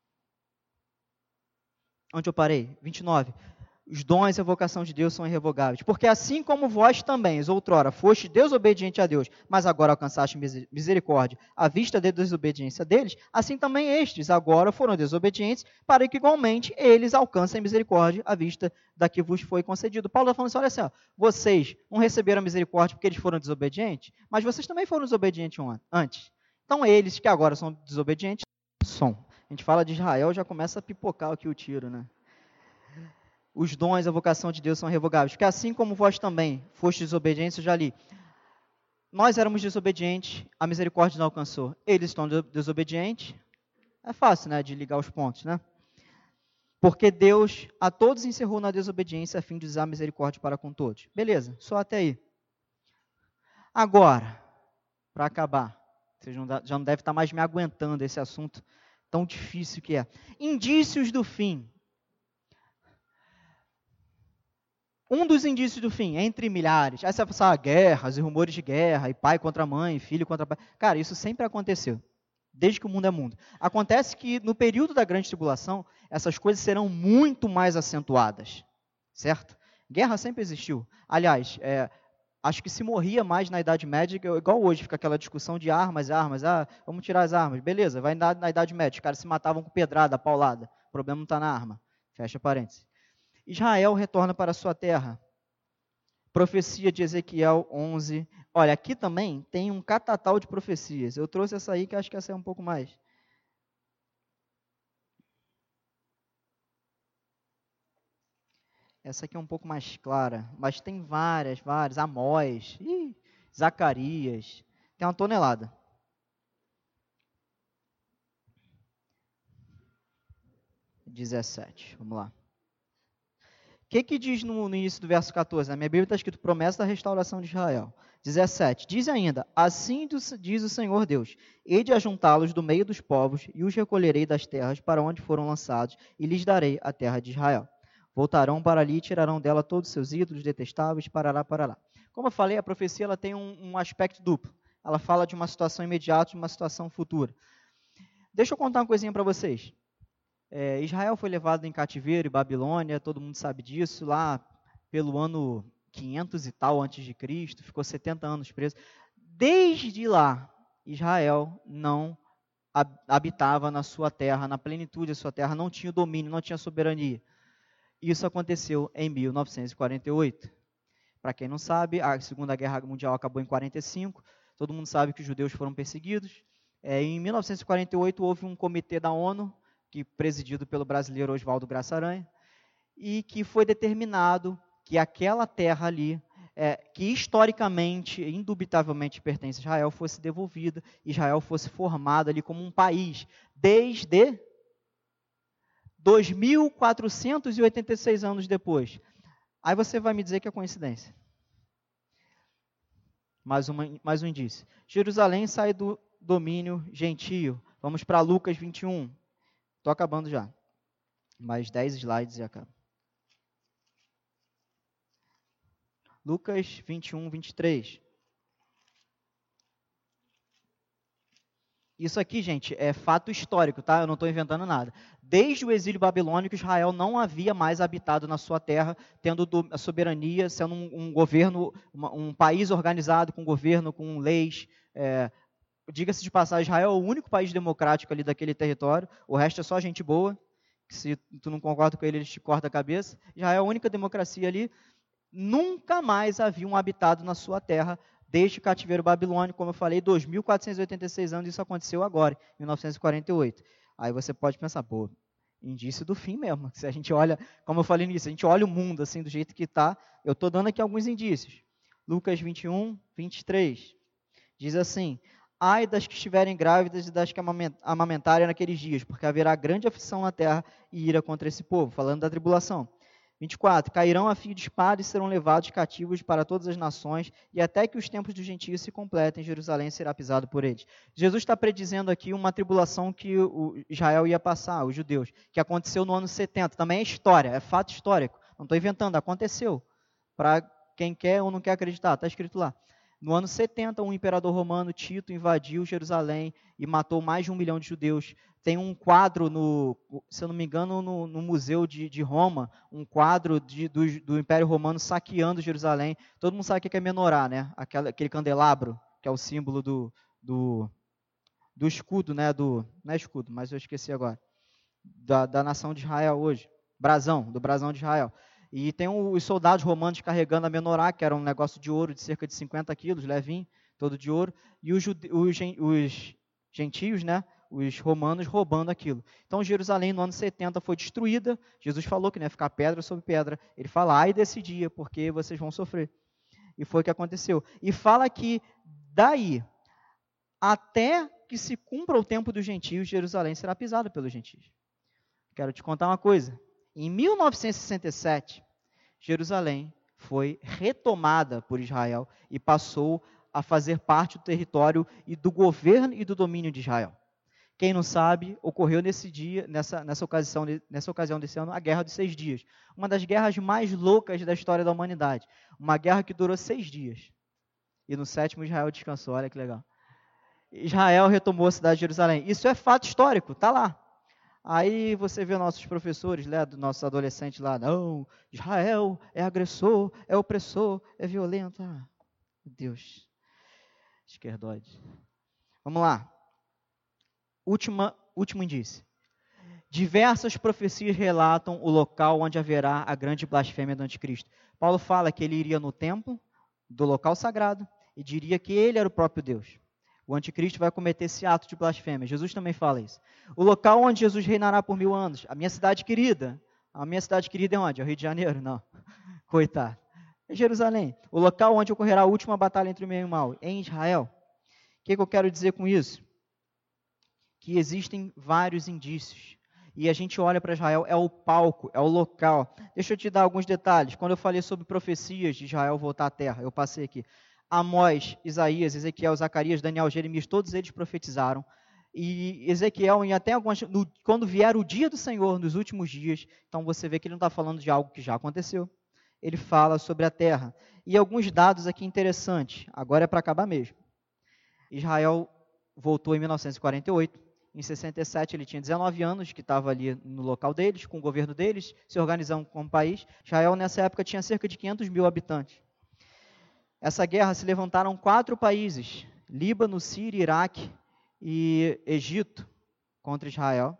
Onde eu parei? vinte e nove. Os dons e a vocação de Deus são irrevogáveis. Porque assim como vós também, outrora, foste desobediente a Deus, mas agora alcançaste misericórdia à vista da desobediência deles, assim também estes agora foram desobedientes, para que igualmente eles alcancem misericórdia à vista da que vos foi concedido. Paulo está falando assim, olha assim, ó, vocês não receberam misericórdia porque eles foram desobedientes, mas vocês também foram desobedientes antes. Então eles que agora são desobedientes, são. A gente fala de Israel, já começa a pipocar aqui o tiro, né? Os dons, a vocação de Deus são irrevogáveis. Porque assim como vós também fostes desobedientes, eu já li. Nós éramos desobedientes, a misericórdia não alcançou. Eles estão desobedientes. É fácil, né, de ligar os pontos, né? Porque Deus a todos encerrou na desobediência a fim de usar misericórdia para com todos. Beleza, só até aí. Agora, para acabar, vocês já não devem estar mais me aguentando esse assunto tão difícil que é. Indícios do fim. Um dos indícios do fim, entre milhares, aí você vai passar guerras e rumores de guerra, e pai contra mãe, filho contra pai. Cara, isso sempre aconteceu, desde que o mundo é mundo. Acontece que no período da grande tribulação, essas coisas serão muito mais acentuadas, certo? Guerra sempre existiu. Aliás, é, acho que se morria mais na Idade Média, igual hoje, fica aquela discussão de armas, armas, ah, vamos tirar as armas, beleza, vai na, na Idade Média, os caras se matavam com pedrada, paulada, o problema não está na arma, fecha parênteses. Israel retorna para a sua terra. Profecia de Ezequiel onze. Olha, aqui também tem um catatal de profecias. Eu trouxe essa aí, que acho que essa é um pouco mais. Essa aqui é um pouco mais clara, mas tem várias, várias. Amós, ih, Zacarias. Tem uma tonelada. dezessete, vamos lá. O que, que diz no, no início do verso quatorze? Na minha Bíblia está escrito promessa da restauração de Israel. dezessete. Diz ainda, assim diz o Senhor Deus, hei de ajuntá-los do meio dos povos e os recolherei das terras para onde foram lançados e lhes darei a terra de Israel. Voltarão para ali e tirarão dela todos os seus ídolos detestáveis, parará, parará. Como eu falei, a profecia ela tem um, um aspecto duplo. Ela fala de uma situação imediata e de uma situação futura. Deixa eu contar uma coisinha para vocês. É, Israel foi levado em cativeiro em Babilônia, todo mundo sabe disso, lá pelo ano quinhentos e tal antes de Cristo, ficou setenta anos preso. Desde lá, Israel não habitava na sua terra, na plenitude da sua terra, não tinha domínio, não tinha soberania. Isso aconteceu em mil novecentos e quarenta e oito. Para quem não sabe, a Segunda Guerra Mundial acabou em quarenta e cinco, todo mundo sabe que os judeus foram perseguidos. É, em mil novecentos e quarenta e oito houve um comitê da ONU, que presidido pelo brasileiro Oswaldo Graça Aranha, e que foi determinado que aquela terra ali, é, que historicamente, indubitavelmente pertence a Israel, fosse devolvida, Israel fosse formado ali como um país, desde dois mil quatrocentos e oitenta e seis anos depois. Aí você vai me dizer que é coincidência. Mais, uma, mais um indício. Jerusalém sai do domínio gentio. Vamos para Lucas vinte e um. Estou acabando já. Mais dez slides e acabo. Lucas vinte e um, vinte e três. Isso aqui, gente, é fato histórico, tá? Eu não estou inventando nada. Desde o exílio babilônico, Israel não havia mais habitado na sua terra, tendo a soberania, sendo um, um governo, uma, um país organizado com governo, com leis. É, diga-se de passagem, Israel é o único país democrático ali daquele território, o resto é só gente boa, que se tu não concorda com ele, eles te cortam a cabeça. Israel é a única democracia ali. Nunca mais haviam habitado na sua terra, desde o cativeiro babilônico, como eu falei, dois mil quatrocentos e oitenta e seis anos, isso aconteceu agora, em mil novecentos e quarenta e oito. Aí você pode pensar, pô, indício do fim mesmo. Se a gente olha, como eu falei nisso, a gente olha o mundo assim, do jeito que está, eu estou dando aqui alguns indícios. Lucas vinte e um, vinte e três, diz assim, ai das que estiverem grávidas e das que amamentarem naqueles dias, porque haverá grande aflição na terra e ira contra esse povo, falando da tribulação. vinte e quatro, cairão a fio de espada e serão levados cativos para todas as nações, e até que os tempos dos gentios se completem, Jerusalém será pisado por eles. Jesus está predizendo aqui uma tribulação que o Israel ia passar, os judeus, que aconteceu no ano setenta, também é história, é fato histórico, não estou inventando, aconteceu, para quem quer ou não quer acreditar, está escrito lá. No ano setenta, um imperador romano, Tito, invadiu Jerusalém e matou mais de um milhão de judeus. Tem um quadro, no, se eu não me engano, no, no Museu de, de Roma, um quadro de, do, do Império Romano saqueando Jerusalém. Todo mundo sabe o que é menorá, né? Aquela, aquele candelabro, que é o símbolo do, do, do escudo, né? Do, não é escudo, mas eu esqueci agora. Da, da nação de Israel hoje. Brasão, do brasão de Israel. E tem os soldados romanos carregando a menorá, que era um negócio de ouro de cerca de cinquenta quilos, levinho, todo de ouro, e os, jude, os, os gentios, né, os romanos roubando aquilo. Então Jerusalém no ano setenta foi destruída, Jesus falou que não ia ficar pedra sobre pedra, ele fala, ai desse dia, porque vocês vão sofrer. E foi o que aconteceu. E fala que daí, até que se cumpra o tempo dos gentios, Jerusalém será pisada pelos gentios. Quero te contar uma coisa. Em mil novecentos e sessenta e sete, Jerusalém foi retomada por Israel e passou a fazer parte do território e do governo e do domínio de Israel. Quem não sabe, ocorreu nesse dia, nessa, nessa, ocasião, nessa ocasião desse ano, a Guerra dos Seis Dias. Uma das guerras mais loucas da história da humanidade. Uma guerra que durou seis dias. E no sétimo Israel descansou, olha que legal. Israel retomou a cidade de Jerusalém. Isso é fato histórico, está lá. Aí você vê nossos professores, né, dos nossos adolescentes lá, não, Israel é agressor, é opressor, é violento. Ah, meu Deus, esquerdóide. Vamos lá. Última, último indício. Diversas profecias relatam o local onde haverá a grande blasfêmia do anticristo. Paulo fala que ele iria no templo do local sagrado e diria que ele era o próprio Deus. O anticristo vai cometer esse ato de blasfêmia. Jesus também fala isso. O local onde Jesus reinará por mil anos. A minha cidade querida. A minha cidade querida é onde? É o Rio de Janeiro? Não. Coitado. É Jerusalém. O local onde ocorrerá a última batalha entre o bem e o mal. É em Israel. O que, que eu quero dizer com isso? Que existem vários indícios. E a gente olha para Israel, é o palco, é o local. Deixa eu te dar alguns detalhes. Quando eu falei sobre profecias de Israel voltar à terra, eu passei aqui. Amós, Isaías, Ezequiel, Zacarias, Daniel, Jeremias, todos eles profetizaram. E Ezequiel, em até algumas, no, quando vier o dia do Senhor, nos últimos dias, então você vê que ele não está falando de algo que já aconteceu. Ele fala sobre a terra. E alguns dados aqui interessantes, agora é para acabar mesmo. Israel voltou em mil novecentos e quarenta e oito, em sessenta e sete ele tinha dezenove anos, que estava ali no local deles, com o governo deles, se organizando como país. Israel nessa época tinha cerca de quinhentos mil habitantes. Essa guerra se levantaram quatro países, Líbano, Síria, Iraque e Egito, contra Israel.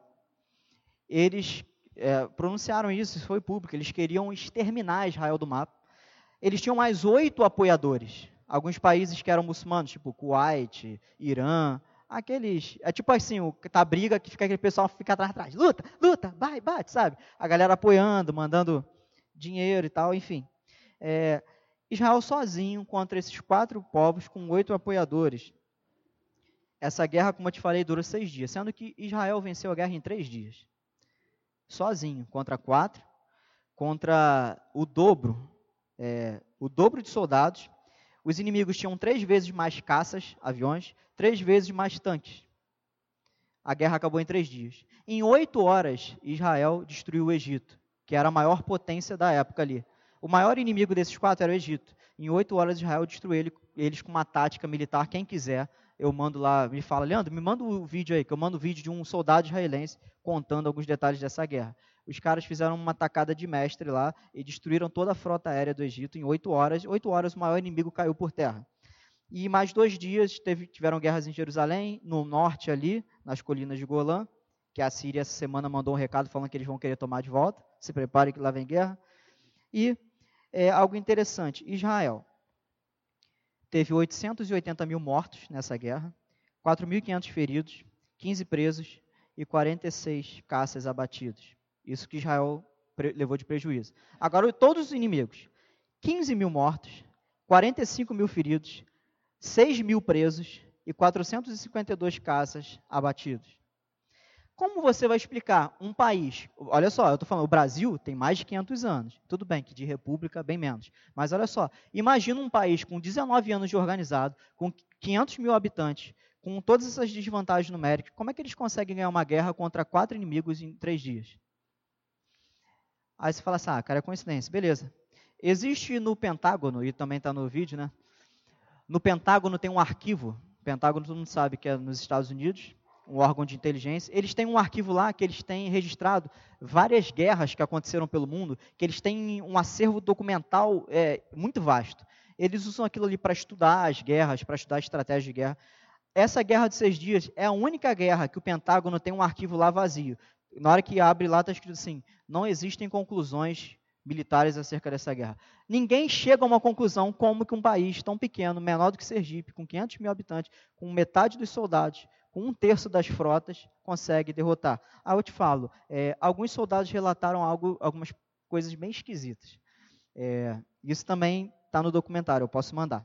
Eles é, pronunciaram isso, isso foi público, eles queriam exterminar Israel do mapa. Eles tinham mais oito apoiadores, alguns países que eram muçulmanos, tipo Kuwait, Irã, aqueles, é tipo assim, o, tá briga que fica aquele pessoal fica atrás, atrás, luta, luta, vai, bate, sabe? A galera apoiando, mandando dinheiro e tal, enfim. É, Israel sozinho contra esses quatro povos com oito apoiadores. Essa guerra, como eu te falei, dura seis dias, sendo que Israel venceu a guerra em três dias. Sozinho, contra quatro, contra o dobro, é, o dobro de soldados. Os inimigos tinham três vezes mais caças, aviões, três vezes mais tanques. A guerra acabou em três dias. Em oito horas, Israel destruiu o Egito, que era a maior potência da época ali. O maior inimigo desses quatro era o Egito. Em oito horas, Israel destruiu ele, eles com uma tática militar. Quem quiser, eu mando lá, me fala, Leandro, me manda o vídeo aí, que eu mando o vídeo de um soldado israelense contando alguns detalhes dessa guerra. Os caras fizeram uma tacada de mestre lá e destruíram toda a frota aérea do Egito em oito horas. Oito horas, o maior inimigo caiu por terra. E mais dois dias teve, tiveram guerras em Jerusalém, no norte ali, nas colinas de Golã, que a Síria essa semana mandou um recado falando que eles vão querer tomar de volta. Se prepare que lá vem guerra. E é, algo interessante, Israel teve oitocentos e oitenta mil mortos nessa guerra, quatro mil e quinhentos feridos, quinze presos e quarenta e seis caças abatidos. Isso que Israel levou de prejuízo. Agora, todos os inimigos, quinze mil mortos, quarenta e cinco mil feridos, seis mil presos e quatrocentos e cinquenta e dois caças abatidos. Como você vai explicar um país, olha só, eu estou falando, o Brasil tem mais de quinhentos anos, tudo bem que de república bem menos, mas olha só, imagina um país com dezenove anos de organizado, com quinhentos mil habitantes, com todas essas desvantagens numéricas, como é que eles conseguem ganhar uma guerra contra quatro inimigos em três dias? Aí você fala assim, ah, cara, é coincidência, beleza. Existe no Pentágono, e também está no vídeo, né? No Pentágono tem um arquivo, o Pentágono todo mundo sabe que é nos Estados Unidos, um órgão de inteligência, eles têm um arquivo lá que eles têm registrado várias guerras que aconteceram pelo mundo, que eles têm um acervo documental é, muito vasto. Eles usam aquilo ali para estudar as guerras, para estudar a estratégia de guerra. Essa guerra de seis dias é a única guerra que o Pentágono tem um arquivo lá vazio. Na hora que abre lá está escrito assim, não existem conclusões militares acerca dessa guerra. Ninguém chega a uma conclusão como que um país tão pequeno, menor do que Sergipe, com quinhentos mil habitantes, com metade dos soldados, com um terço das frotas, consegue derrotar. Ah, eu te falo, é, alguns soldados relataram algo, algumas coisas bem esquisitas. É, isso também está no documentário, eu posso mandar.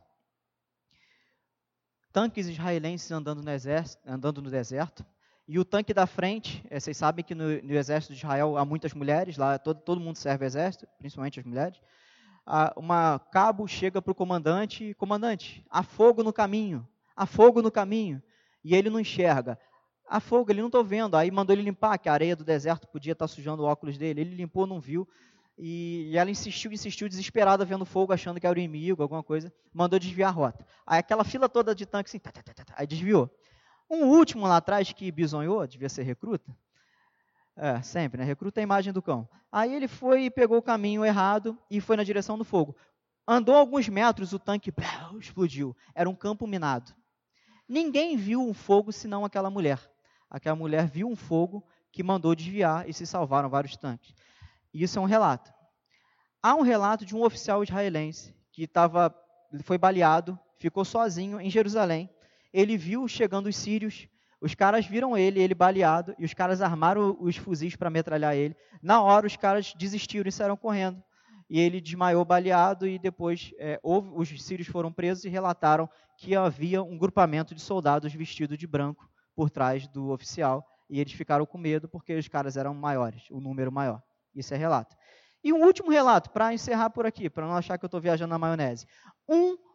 Tanques israelenses andando no, exército, andando no deserto, e o tanque da frente, é, vocês sabem que no, no exército de Israel há muitas mulheres, lá todo, todo mundo serve exército, principalmente as mulheres. Ah, uma cabo chega para o comandante, comandante, há fogo no caminho, há fogo no caminho. E ele não enxerga. Há fogo, ele não está vendo. Aí mandou ele limpar, que a areia do deserto podia estar sujando o óculos dele. Ele limpou, não viu. E, e ela insistiu, insistiu, desesperada, vendo fogo, achando que era o inimigo, alguma coisa. Mandou desviar a rota. Aí aquela fila toda de tanque, assim, tá, tá, tá, tá, aí desviou. Um último lá atrás, que bisonhou, devia ser recruta. É, sempre, né? Recruta a imagem do cão. Aí ele foi e pegou o caminho errado e foi na direção do fogo. Andou alguns metros, o tanque blá, explodiu. Era um campo minado. Ninguém viu um fogo senão aquela mulher. Aquela mulher viu um fogo que mandou desviar e se salvaram vários tanques. Isso é um relato. Há um relato de um oficial israelense que tava, foi baleado, ficou sozinho em Jerusalém. Ele viu chegando os sírios, os caras viram ele, ele baleado, e os caras armaram os fuzis para metralhar ele. Na hora, os caras desistiram e saíram correndo. E ele desmaiou baleado e depois é, houve, os sírios foram presos e relataram que havia um grupamento de soldados vestidos de branco por trás do oficial e eles ficaram com medo porque os caras eram maiores, o número maior. Isso é relato. E um último relato, para encerrar por aqui, para não achar que eu estou viajando na maionese. Um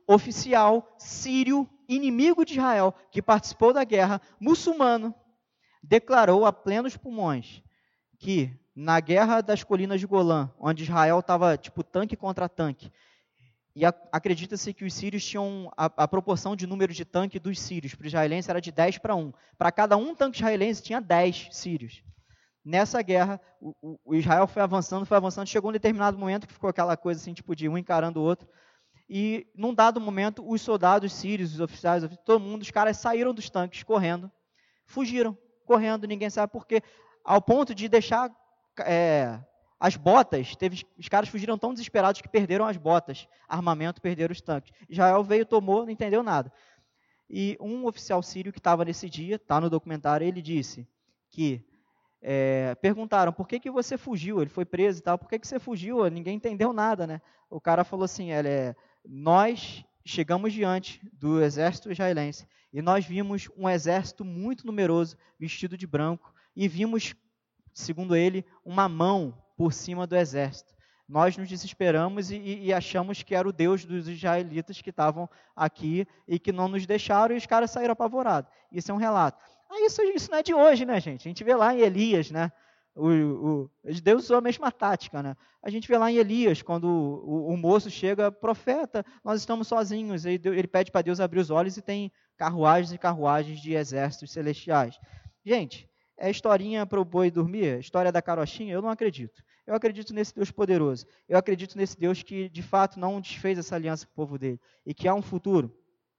oficial sírio, inimigo de Israel, que participou da guerra, muçulmano, declarou a plenos pulmões que na guerra das colinas de Golã, onde Israel estava tipo tanque contra tanque, e a, acredita-se que os sírios tinham a, a proporção de número de tanque dos sírios, para os israelenses era de dez para um. Para cada um tanque israelense tinha dez sírios. Nessa guerra, o, o, o Israel foi avançando, foi avançando, chegou um determinado momento que ficou aquela coisa assim, tipo de um encarando o outro, e num dado momento, os soldados sírios, os oficiais, todo mundo, os caras saíram dos tanques correndo, fugiram, correndo, ninguém sabe por quê, ao ponto de deixar é, as botas, teve, os caras fugiram tão desesperados que perderam as botas, armamento, perderam os tanques. Israel veio, tomou, não entendeu nada. E um oficial sírio que estava nesse dia, está no documentário, ele disse que, é, perguntaram, por que, que você fugiu? Ele foi preso e tal, por que, que você fugiu? Ninguém entendeu nada, né? O cara falou assim, ele é, nós chegamos diante do exército israelense e nós vimos um exército muito numeroso, vestido de branco, e vimos, segundo ele, uma mão por cima do exército. Nós nos desesperamos e, e achamos que era o Deus dos israelitas que estavam aqui e que não nos deixaram, e os caras saíram apavorados. Isso é um relato. Ah, isso, isso não é de hoje, né, gente? A gente vê lá em Elias, né? O, o, Deus usou a mesma tática, né? A gente vê lá em Elias, quando o, o, o moço chega, profeta, nós estamos sozinhos, ele, ele pede para Deus abrir os olhos e tem carruagens e carruagens de exércitos celestiais. Gente, é historinha para o boi dormir? História da carochinha? Eu não acredito. Eu acredito nesse Deus poderoso. Eu acredito nesse Deus que, de fato, não desfez essa aliança com o povo dele. E que há um futuro.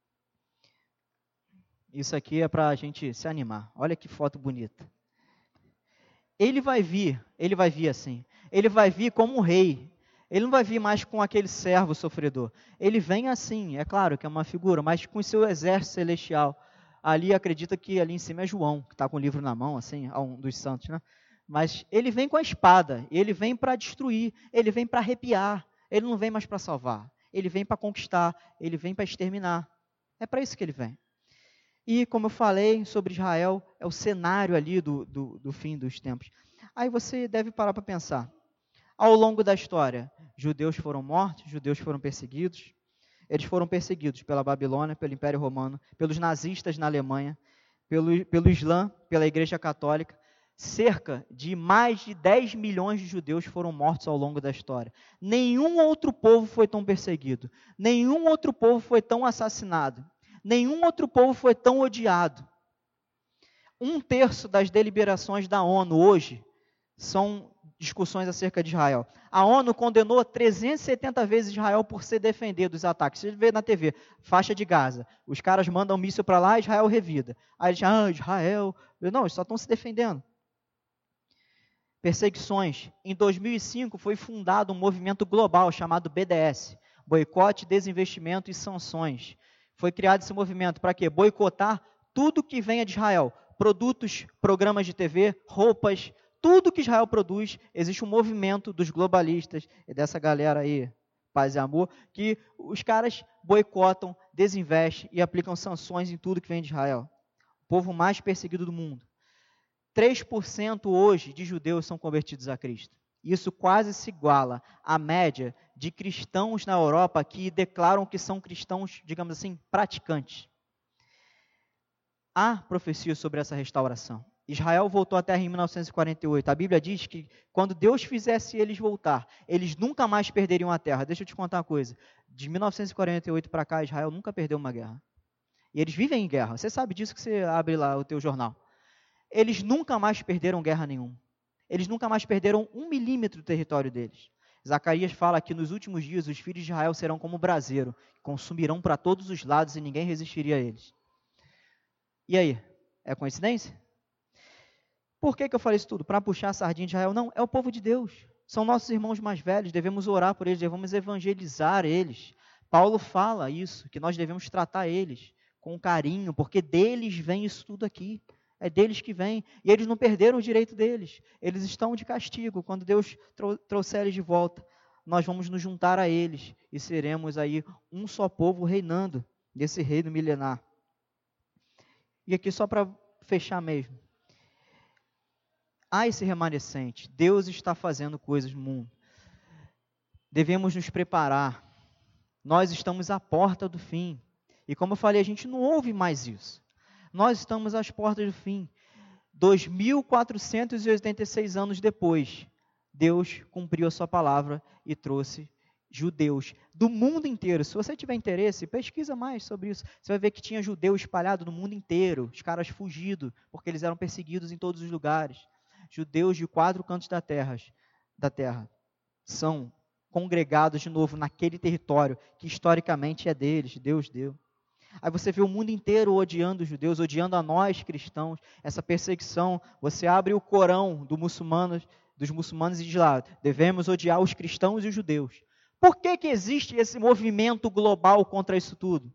Isso aqui é para a gente se animar. Olha que foto bonita. Ele vai vir, ele vai vir assim. Ele vai vir como um rei. Ele não vai vir mais com aquele servo sofredor. Ele vem assim, é claro que é uma figura, mas com o seu exército celestial. Ali acredita que ali em cima é João, que está com o livro na mão, assim, um dos santos, né? Mas ele vem com a espada, ele vem para destruir, ele vem para arrepiar, ele não vem mais para salvar, ele vem para conquistar, ele vem para exterminar. É para isso que ele vem. E, como eu falei sobre Israel, é o cenário ali do, do, do fim dos tempos. Aí você deve parar para pensar. Ao longo da história, judeus foram mortos, judeus foram perseguidos. Eles foram perseguidos pela Babilônia, pelo Império Romano, pelos nazistas na Alemanha, pelo, pelo Islã, pela Igreja Católica. Cerca de mais de dez milhões de judeus foram mortos ao longo da história. Nenhum outro povo foi tão perseguido. Nenhum outro povo foi tão assassinado. Nenhum outro povo foi tão odiado. Um terço das deliberações da ONU hoje são discussões acerca de Israel. A ONU condenou trezentas e setenta vezes Israel por se defender dos ataques. Você vê na T V, faixa de Gaza. Os caras mandam um míssil para lá, Israel revida. Aí diz, ah, Israel... Não, eles só estão se defendendo. Perseguições. Em dois mil e cinco foi fundado um movimento global chamado B D S. Boicote, Desinvestimento e Sanções. Foi criado esse movimento para quê? Boicotar tudo que venha de Israel. Produtos, programas de T V, roupas, tudo que Israel produz. Existe um movimento dos globalistas e dessa galera aí, paz e amor, que os caras boicotam, desinvestem e aplicam sanções em tudo que vem de Israel. O povo mais perseguido do mundo. três por cento hoje de judeus são convertidos a Cristo. Isso quase se iguala à média de cristãos na Europa que declaram que são cristãos, digamos assim, praticantes. Há profecias sobre essa restauração. Israel voltou à terra em mil novecentos e quarenta e oito. A Bíblia diz que quando Deus fizesse eles voltar, eles nunca mais perderiam a terra. Deixa eu te contar uma coisa. De mil novecentos e quarenta e oito para cá, Israel nunca perdeu uma guerra. E eles vivem em guerra. Você sabe disso que você abre lá o teu jornal. Eles nunca mais perderam guerra nenhuma. Eles nunca mais perderam um milímetro do território deles. Zacarias fala que nos últimos dias os filhos de Israel serão como braseiro, consumirão para todos os lados e ninguém resistiria a eles. E aí, é coincidência? Por que, que eu falei isso tudo? Para puxar a sardinha de Israel? Não, é o povo de Deus. São nossos irmãos mais velhos, devemos orar por eles, devemos evangelizar eles. Paulo fala isso, que nós devemos tratar eles com carinho, porque deles vem isso tudo aqui. É deles que vem, e eles não perderam o direito deles, eles estão de castigo. Quando Deus trou- trouxer eles de volta, nós vamos nos juntar a eles, e seremos aí um só povo reinando, nesse reino milenar. E aqui só para fechar mesmo, há esse remanescente, Deus está fazendo coisas no mundo, devemos nos preparar, Nós estamos à porta do fim. E como eu falei, a gente não ouve mais isso. Nós estamos às portas do fim. dois mil quatrocentos e oitenta e seis anos depois, Deus cumpriu a sua palavra e trouxe judeus do mundo inteiro. Se você tiver interesse, pesquisa mais sobre isso. Você vai ver que tinha judeu espalhado no mundo inteiro, os caras fugidos, porque eles eram perseguidos em todos os lugares. Judeus de quatro cantos da terra, da terra são congregados de novo naquele território que historicamente é deles, Deus deu. Aí você vê o mundo inteiro odiando os judeus, odiando a nós cristãos, essa perseguição. Você abre o Corão do muçulmanos, dos muçulmanos e diz lá, devemos odiar os cristãos e os judeus. Por que que existe esse movimento global contra isso tudo?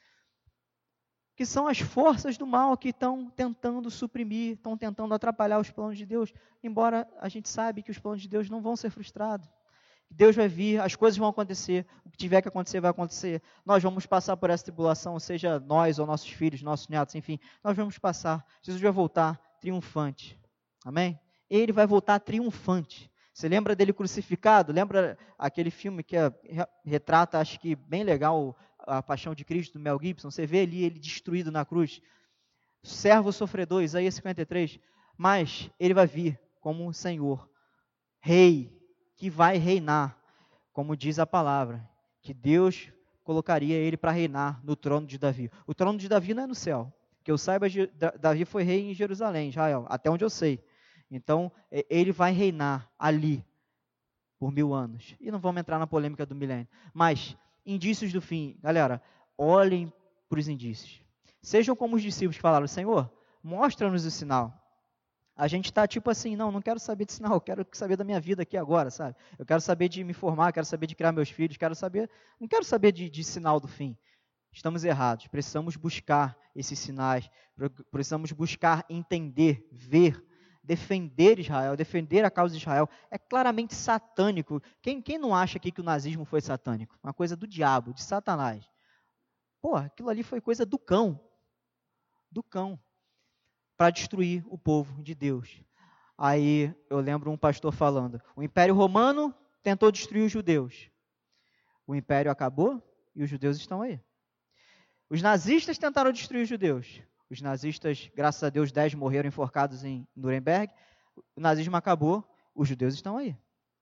Que são as forças do mal que estão tentando suprimir, estão tentando atrapalhar os planos de Deus, embora a gente sabe que os planos de Deus não vão ser frustrados. Deus vai vir, as coisas vão acontecer, o que tiver que acontecer vai acontecer. Nós vamos passar por essa tribulação, seja nós ou nossos filhos, nossos netos, enfim, nós vamos passar. Jesus vai voltar triunfante. Amém? Ele vai voltar triunfante. Você lembra dele crucificado? Lembra aquele filme que é, retrata, acho que bem legal, a Paixão de Cristo, do Mel Gibson? Você vê ali ele destruído na cruz. Servo sofredor, Isaías cinquenta e três. Mas ele vai vir como Senhor, Rei, que vai reinar, como diz a palavra, que Deus colocaria ele para reinar no trono de Davi. O trono de Davi não é no céu. Que eu saiba, Davi foi rei em Jerusalém, Israel, até onde eu sei. Então, ele vai reinar ali por mil anos. E não vamos entrar na polêmica do milênio. Mas, indícios do fim. Galera, olhem para os indícios. Sejam como os discípulos que falaram, Senhor, mostra-nos o sinal. A gente está tipo assim, não, não quero saber de sinal, eu quero saber da minha vida aqui agora, sabe? Eu quero saber de me formar, quero saber de criar meus filhos, quero saber, não quero saber de, de sinal do fim. Estamos errados, precisamos buscar esses sinais, precisamos buscar entender, ver, defender Israel, defender a causa de Israel. É claramente satânico. Quem, quem não acha aqui que o nazismo foi satânico? Uma coisa do diabo, de Satanás. Pô, aquilo ali foi coisa do cão, do cão, para destruir o povo de Deus. Aí eu lembro um pastor falando, o Império Romano tentou destruir os judeus. O Império acabou e os judeus estão aí. Os nazistas tentaram destruir os judeus. Os nazistas, graças a Deus, dez morreram enforcados em Nuremberg. O nazismo acabou, os judeus estão aí.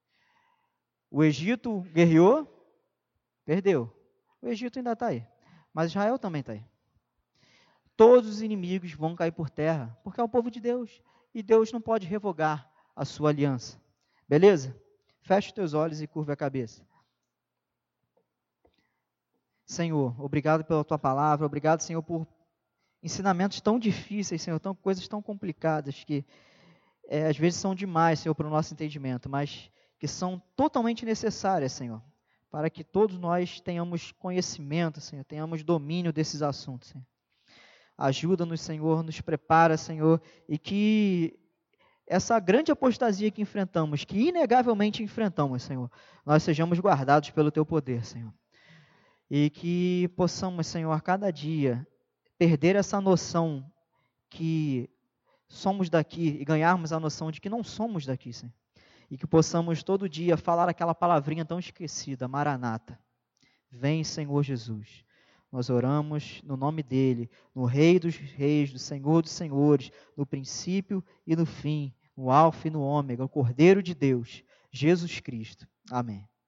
O Egito guerreou, perdeu. O Egito ainda está aí, mas Israel também está aí. Todos os inimigos vão cair por terra, porque é o povo de Deus. E Deus não pode revogar a sua aliança. Beleza? Feche os teus olhos e curva a cabeça. Senhor, obrigado pela tua palavra, obrigado, Senhor, por ensinamentos tão difíceis, Senhor, tão, coisas tão complicadas que é, às vezes são demais, Senhor, para o nosso entendimento, mas que são totalmente necessárias, Senhor, para que todos nós tenhamos conhecimento, Senhor, tenhamos domínio desses assuntos, Senhor. Ajuda-nos, Senhor, nos prepara, Senhor, e que essa grande apostasia que enfrentamos, que inegavelmente enfrentamos, Senhor, nós sejamos guardados pelo Teu poder, Senhor. E que possamos, Senhor, a cada dia perder essa noção que somos daqui e ganharmos a noção de que não somos daqui, Senhor. E que possamos todo dia falar aquela palavrinha tão esquecida, Maranata. Vem, Senhor Jesus. Nós oramos no nome dEle, no Rei dos Reis, do Senhor dos Senhores, no princípio e no fim, no Alfa e no Ômega, o Cordeiro de Deus, Jesus Cristo. Amém.